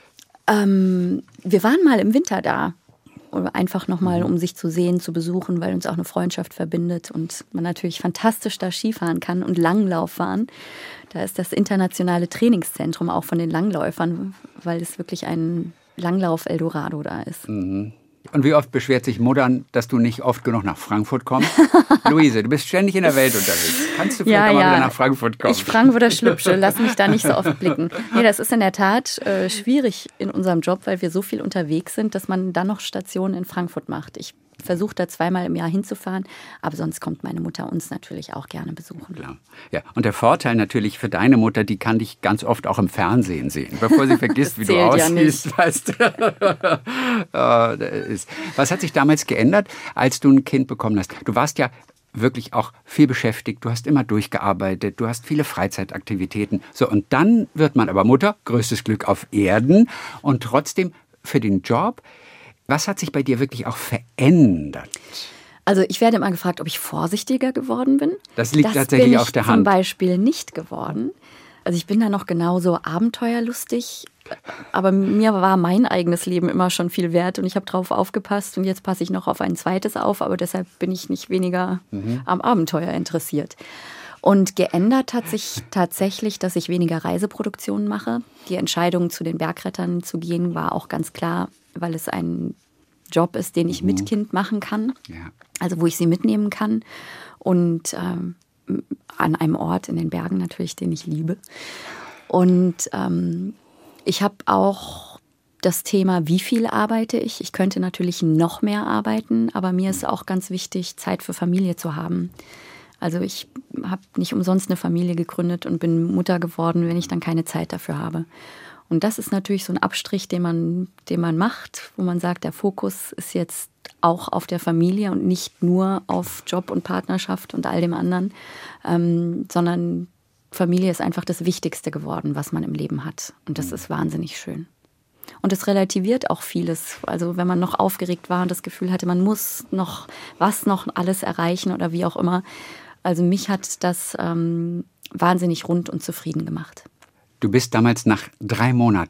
Wir waren mal im Winter da. Oder einfach nochmal, um sich zu sehen, zu besuchen, weil uns auch eine Freundschaft verbindet und man natürlich fantastisch da Skifahren kann und Langlauf fahren. Da ist das internationale Trainingszentrum auch von den Langläufern, weil es wirklich ein Langlauf-Eldorado da ist. Und wie oft beschwert sich Muttern, dass du nicht oft genug nach Frankfurt kommst? Luise, du bist ständig in der Welt unterwegs. Kannst du vielleicht auch mal wieder nach Frankfurt kommen? Ich Frankfurter Schlüpsche, lass mich da nicht so oft blicken. Nee, das ist in der Tat schwierig in unserem Job, weil wir so viel unterwegs sind, dass man dann noch Stationen in Frankfurt macht. Ich versuche da 2-mal im Jahr hinzufahren, aber sonst kommt meine Mutter uns natürlich auch gerne besuchen. Klar. Ja, und der Vorteil natürlich für deine Mutter, die kann dich ganz oft auch im Fernsehen sehen, bevor sie vergisst, wie du aussiehst. Ja, weißt du? Was hat sich damals geändert, als du ein Kind bekommen hast? Du warst ja wirklich auch viel beschäftigt, du hast immer durchgearbeitet, du hast viele Freizeitaktivitäten. So, und dann wird man aber Mutter, größtes Glück auf Erden, und trotzdem für den Job. Was hat sich bei dir wirklich auch verändert? Also ich werde immer gefragt, ob ich vorsichtiger geworden bin. Das liegt tatsächlich auf der Hand. Zum Beispiel nicht geworden. Also ich bin da noch genauso abenteuerlustig, aber mir war mein eigenes Leben immer schon viel wert und ich habe drauf aufgepasst und jetzt passe ich noch auf ein zweites auf, aber deshalb bin ich nicht weniger am Abenteuer interessiert. Und geändert hat sich tatsächlich, dass ich weniger Reiseproduktionen mache. Die Entscheidung, zu den Bergrettern zu gehen, war auch ganz klar, weil es ein Job ist, den ich mit Kind machen kann. Ja. Also wo ich sie mitnehmen kann. Und an einem Ort in den Bergen natürlich, den ich liebe. Und ich habe auch das Thema, wie viel arbeite ich. Ich könnte natürlich noch mehr arbeiten, aber mir ist auch ganz wichtig, Zeit für Familie zu haben. Also ich habe nicht umsonst eine Familie gegründet und bin Mutter geworden, wenn ich dann keine Zeit dafür habe. Und das ist natürlich so ein Abstrich, den man macht, wo man sagt, der Fokus ist jetzt auch auf der Familie und nicht nur auf Job und Partnerschaft und all dem anderen, sondern Familie ist einfach das Wichtigste geworden, was man im Leben hat. Und das ist wahnsinnig schön. Und es relativiert auch vieles. Also wenn man noch aufgeregt war und das Gefühl hatte, man muss noch alles erreichen oder wie auch immer. Also mich hat das wahnsinnig rund und zufrieden gemacht. Du bist damals nach 3 Monaten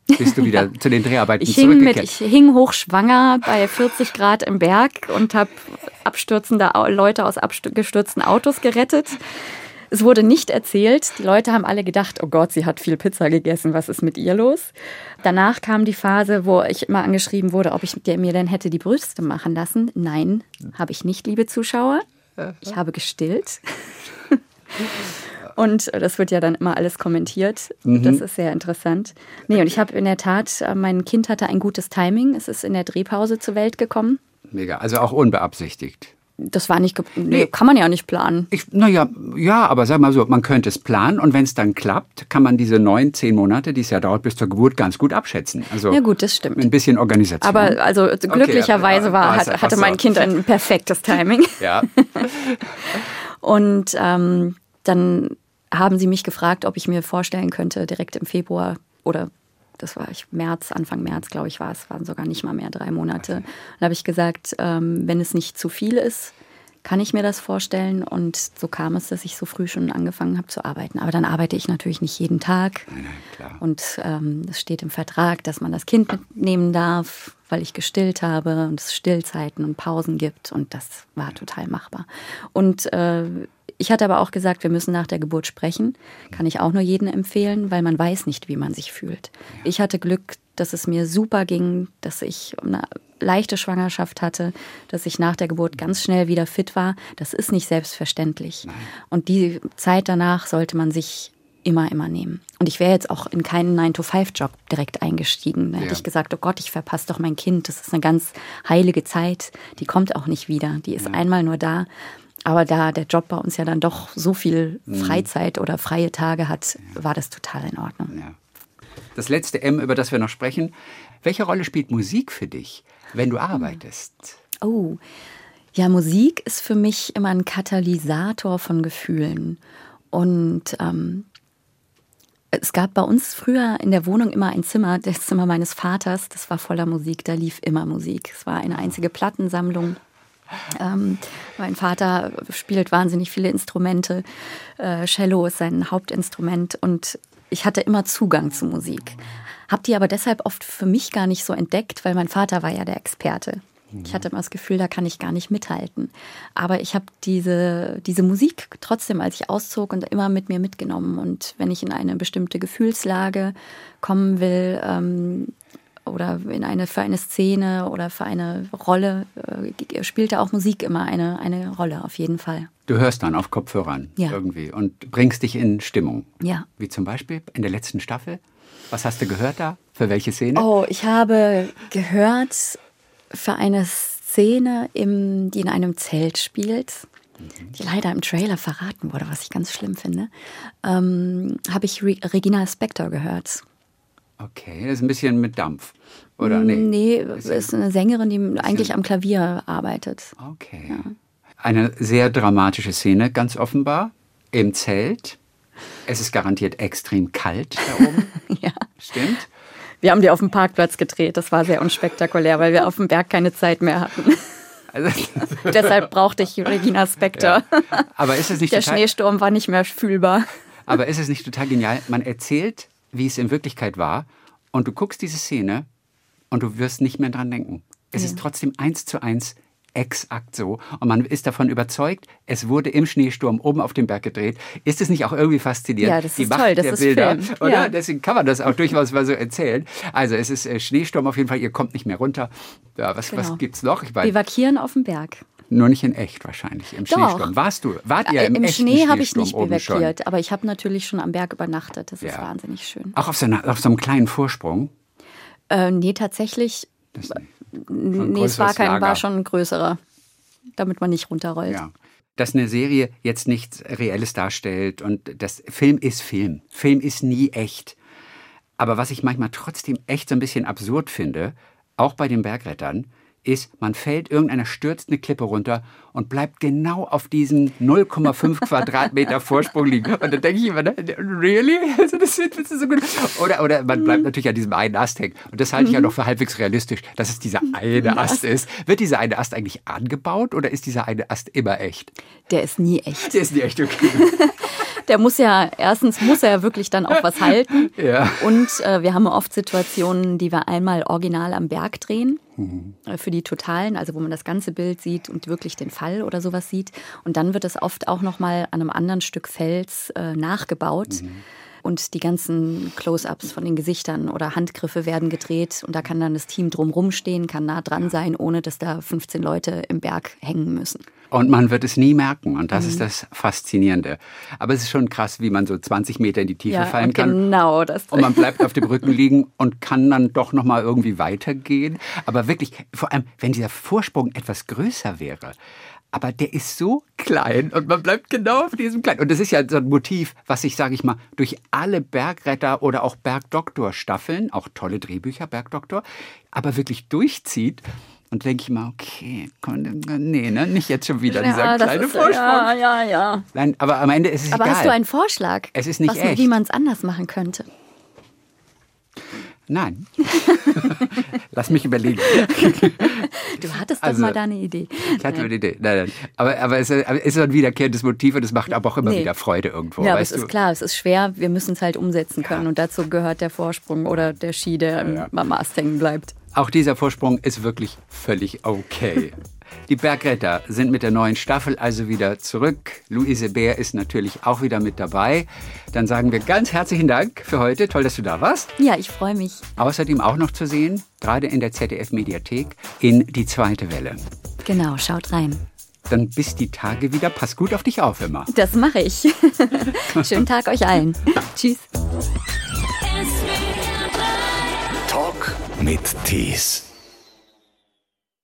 bist du wieder zu den Dreharbeiten Ich zurückgekehrt. ich hing hochschwanger bei 40 Grad im Berg und habe Leute aus abgestürzten Autos gerettet. Es wurde nicht erzählt. Die Leute haben alle gedacht, oh Gott, sie hat viel Pizza gegessen, was ist mit ihr los? Danach kam die Phase, wo ich immer angeschrieben wurde, ob ich mir denn hätte die Brüste machen lassen. Nein, habe ich nicht, liebe Zuschauer. Ich habe gestillt. Und das wird ja dann immer alles kommentiert. Das ist sehr interessant. Nee, und ich habe in der Tat, mein Kind hatte ein gutes Timing. Es ist in der Drehpause zur Welt gekommen. Mega, also auch unbeabsichtigt. Das war nicht, kann man ja nicht planen. Ja, aber sag mal so, man könnte es planen und wenn es dann klappt, kann man diese 9, 10 Monate, die es ja dauert bis zur Geburt, ganz gut abschätzen. Also ja gut, das stimmt. Mit ein bisschen Organisation. Aber also glücklicherweise hatte mein Kind ein perfektes Timing. Ja. Und dann haben sie mich gefragt, ob ich mir vorstellen könnte, direkt im Februar oder das war Anfang März, glaube ich, waren sogar nicht mal mehr 3 Monate. Dann habe ich gesagt, wenn es nicht zu viel ist, kann ich mir das vorstellen. Und so kam es, dass ich so früh schon angefangen habe zu arbeiten. Aber dann arbeite ich natürlich nicht jeden Tag. Nein, klar. Und es steht im Vertrag, dass man das Kind mitnehmen darf, weil ich gestillt habe und es Stillzeiten und Pausen gibt. Und das war total machbar. Und ich hatte aber auch gesagt, wir müssen nach der Geburt sprechen. Kann ich auch nur jedem empfehlen, weil man weiß nicht, wie man sich fühlt. Ja. Ich hatte Glück, dass es mir super ging, dass ich eine leichte Schwangerschaft hatte, dass ich nach der Geburt ganz schnell wieder fit war. Das ist nicht selbstverständlich. Nein. Und die Zeit danach sollte man sich immer nehmen. Und ich wäre jetzt auch in keinen 9-to-5-Job direkt eingestiegen. Da hätte ich gesagt, oh Gott, ich verpasse doch mein Kind. Das ist eine ganz heilige Zeit. Die kommt auch nicht wieder. Die ist einmal nur da. Aber da der Job bei uns ja dann doch so viel Freizeit oder freie Tage hat, war das total in Ordnung. Ja. Das letzte M, über das wir noch sprechen. Welche Rolle spielt Musik für dich, wenn du arbeitest? Oh, ja, Musik ist für mich immer ein Katalysator von Gefühlen. Und es gab bei uns früher in der Wohnung immer ein Zimmer, das Zimmer meines Vaters, das war voller Musik, da lief immer Musik. Es war eine einzige Plattensammlung. Mein Vater spielt wahnsinnig viele Instrumente. Cello ist sein Hauptinstrument und ich hatte immer Zugang zu Musik. Habe die aber deshalb oft für mich gar nicht so entdeckt, weil mein Vater war ja der Experte. Ich hatte immer das Gefühl, da kann ich gar nicht mithalten. Aber ich habe diese Musik trotzdem, als ich auszog, und immer mit mir mitgenommen. Und wenn ich in eine bestimmte Gefühlslage kommen will, oder für eine Szene oder für eine Rolle, spielte auch Musik immer eine Rolle, auf jeden Fall. Du hörst dann auf Kopfhörern irgendwie und bringst dich in Stimmung. Ja. Wie zum Beispiel in der letzten Staffel. Was hast du gehört da? Für welche Szene? Oh, ich habe gehört für eine Szene, die in einem Zelt spielt, die leider im Trailer verraten wurde, was ich ganz schlimm finde, habe ich Regina Spektor gehört. Okay, das ist ein bisschen mit Dampf, oder? Nee, ist eine Sängerin, die eigentlich am Klavier arbeitet. Okay. Ja. Eine sehr dramatische Szene, ganz offenbar, im Zelt. Es ist garantiert extrem kalt da oben. Ja. Stimmt? Wir haben die auf dem Parkplatz gedreht. Das war sehr unspektakulär, weil wir auf dem Berg keine Zeit mehr hatten. Deshalb brauchte ich Regina Spektor. Ja. Aber ist es nicht Der Schneesturm war nicht mehr fühlbar. Aber ist es nicht total genial? Man erzählt, wie es in Wirklichkeit war, und du guckst diese Szene und du wirst nicht mehr dran denken. Es ist trotzdem 1:1 exakt so. Und man ist davon überzeugt, es wurde im Schneesturm oben auf dem Berg gedreht. Ist es nicht auch irgendwie faszinierend? Ja, das ist toll, das ist Film. Oder? Ja. Deswegen kann man das auch durchaus mal so erzählen. Also es ist Schneesturm auf jeden Fall, ihr kommt nicht mehr runter. Ja, was gibt's noch? Bivakieren auf dem Berg. Nur nicht in echt wahrscheinlich, im Schneesturm. Wart ihr im echten Schnee habe ich nicht bivakiert, schon? Aber ich habe natürlich schon am Berg übernachtet. Das ist wahnsinnig schön. Auch auf so einem kleinen Vorsprung? Nee, tatsächlich. Es war schon ein größerer, damit man nicht runterrollt. Ja. Dass eine Serie jetzt nichts Reelles darstellt und das Film ist Film. Film ist nie echt. Aber was ich manchmal trotzdem echt so ein bisschen absurd finde, auch bei den Bergrettern, ist, man fällt, irgendeiner stürzt eine Klippe runter und bleibt genau auf diesen 0,5 Quadratmeter Vorsprung liegen. Und dann denke ich immer, really? Also das ist so gut. Oder man bleibt natürlich an diesem einen Ast hängen. Und das halte ich ja noch für halbwegs realistisch, dass es dieser eine Ast ist. Wird dieser eine Ast eigentlich angebaut oder ist dieser eine Ast immer echt? Der ist nie echt. Der ist nie echt, okay. Erstens muss er wirklich dann auch was halten. Ja. Und wir haben oft Situationen, die wir einmal original am Berg drehen. Für die Totalen, also wo man das ganze Bild sieht und wirklich den Fall oder sowas sieht. Und dann wird es oft auch nochmal an einem anderen Stück Fels nachgebaut. Und die ganzen Close-ups von den Gesichtern oder Handgriffe werden gedreht. Und da kann dann das Team drumrum stehen, kann nah dran sein, ohne dass da 15 Leute im Berg hängen müssen. Und man wird es nie merken. Und das ist das Faszinierende. Aber es ist schon krass, wie man so 20 Meter in die Tiefe fallen kann. Genau das. Und man bleibt auf dem Rücken liegen und kann dann doch noch mal irgendwie weitergehen. Aber wirklich, vor allem, wenn dieser Vorsprung etwas größer wäre. Aber der ist so klein und man bleibt genau auf diesem kleinen. Und das ist ja so ein Motiv, was sich, sage ich mal, durch alle Bergretter- oder auch Bergdoktor-Staffeln, auch tolle Drehbücher, Bergdoktor, aber wirklich durchzieht. Und denke ich mal, okay, nicht jetzt schon wieder dieser kleine Vorsprung. Ja. Nein, aber am Ende ist es egal. Aber hast du einen Vorschlag, es ist nicht echt. Wie man es anders machen könnte? Nein. Lass mich überlegen. Du hattest doch mal da eine Idee. Ich hatte eine Idee. Nein. Aber es ist ein wiederkehrendes Motiv und es macht aber auch immer wieder Freude irgendwo. Ja, aber es ist klar, es ist schwer. Wir müssen es halt umsetzen können. Und dazu gehört der Vorsprung oder der Ski, der am Mast hängen bleibt. Auch dieser Vorsprung ist wirklich völlig okay. Die Bergretter sind mit der neuen Staffel also wieder zurück. Luise Bär ist natürlich auch wieder mit dabei. Dann sagen wir ganz herzlichen Dank für heute. Toll, dass du da warst. Ja, ich freue mich. Außerdem auch noch zu sehen, gerade in der ZDF-Mediathek, in Die zweite Welle. Genau, schaut rein. Dann bis die Tage wieder. Pass gut auf dich auf immer. Das mache ich. Schönen Tag euch allen. Tschüss. Talk mit Tees.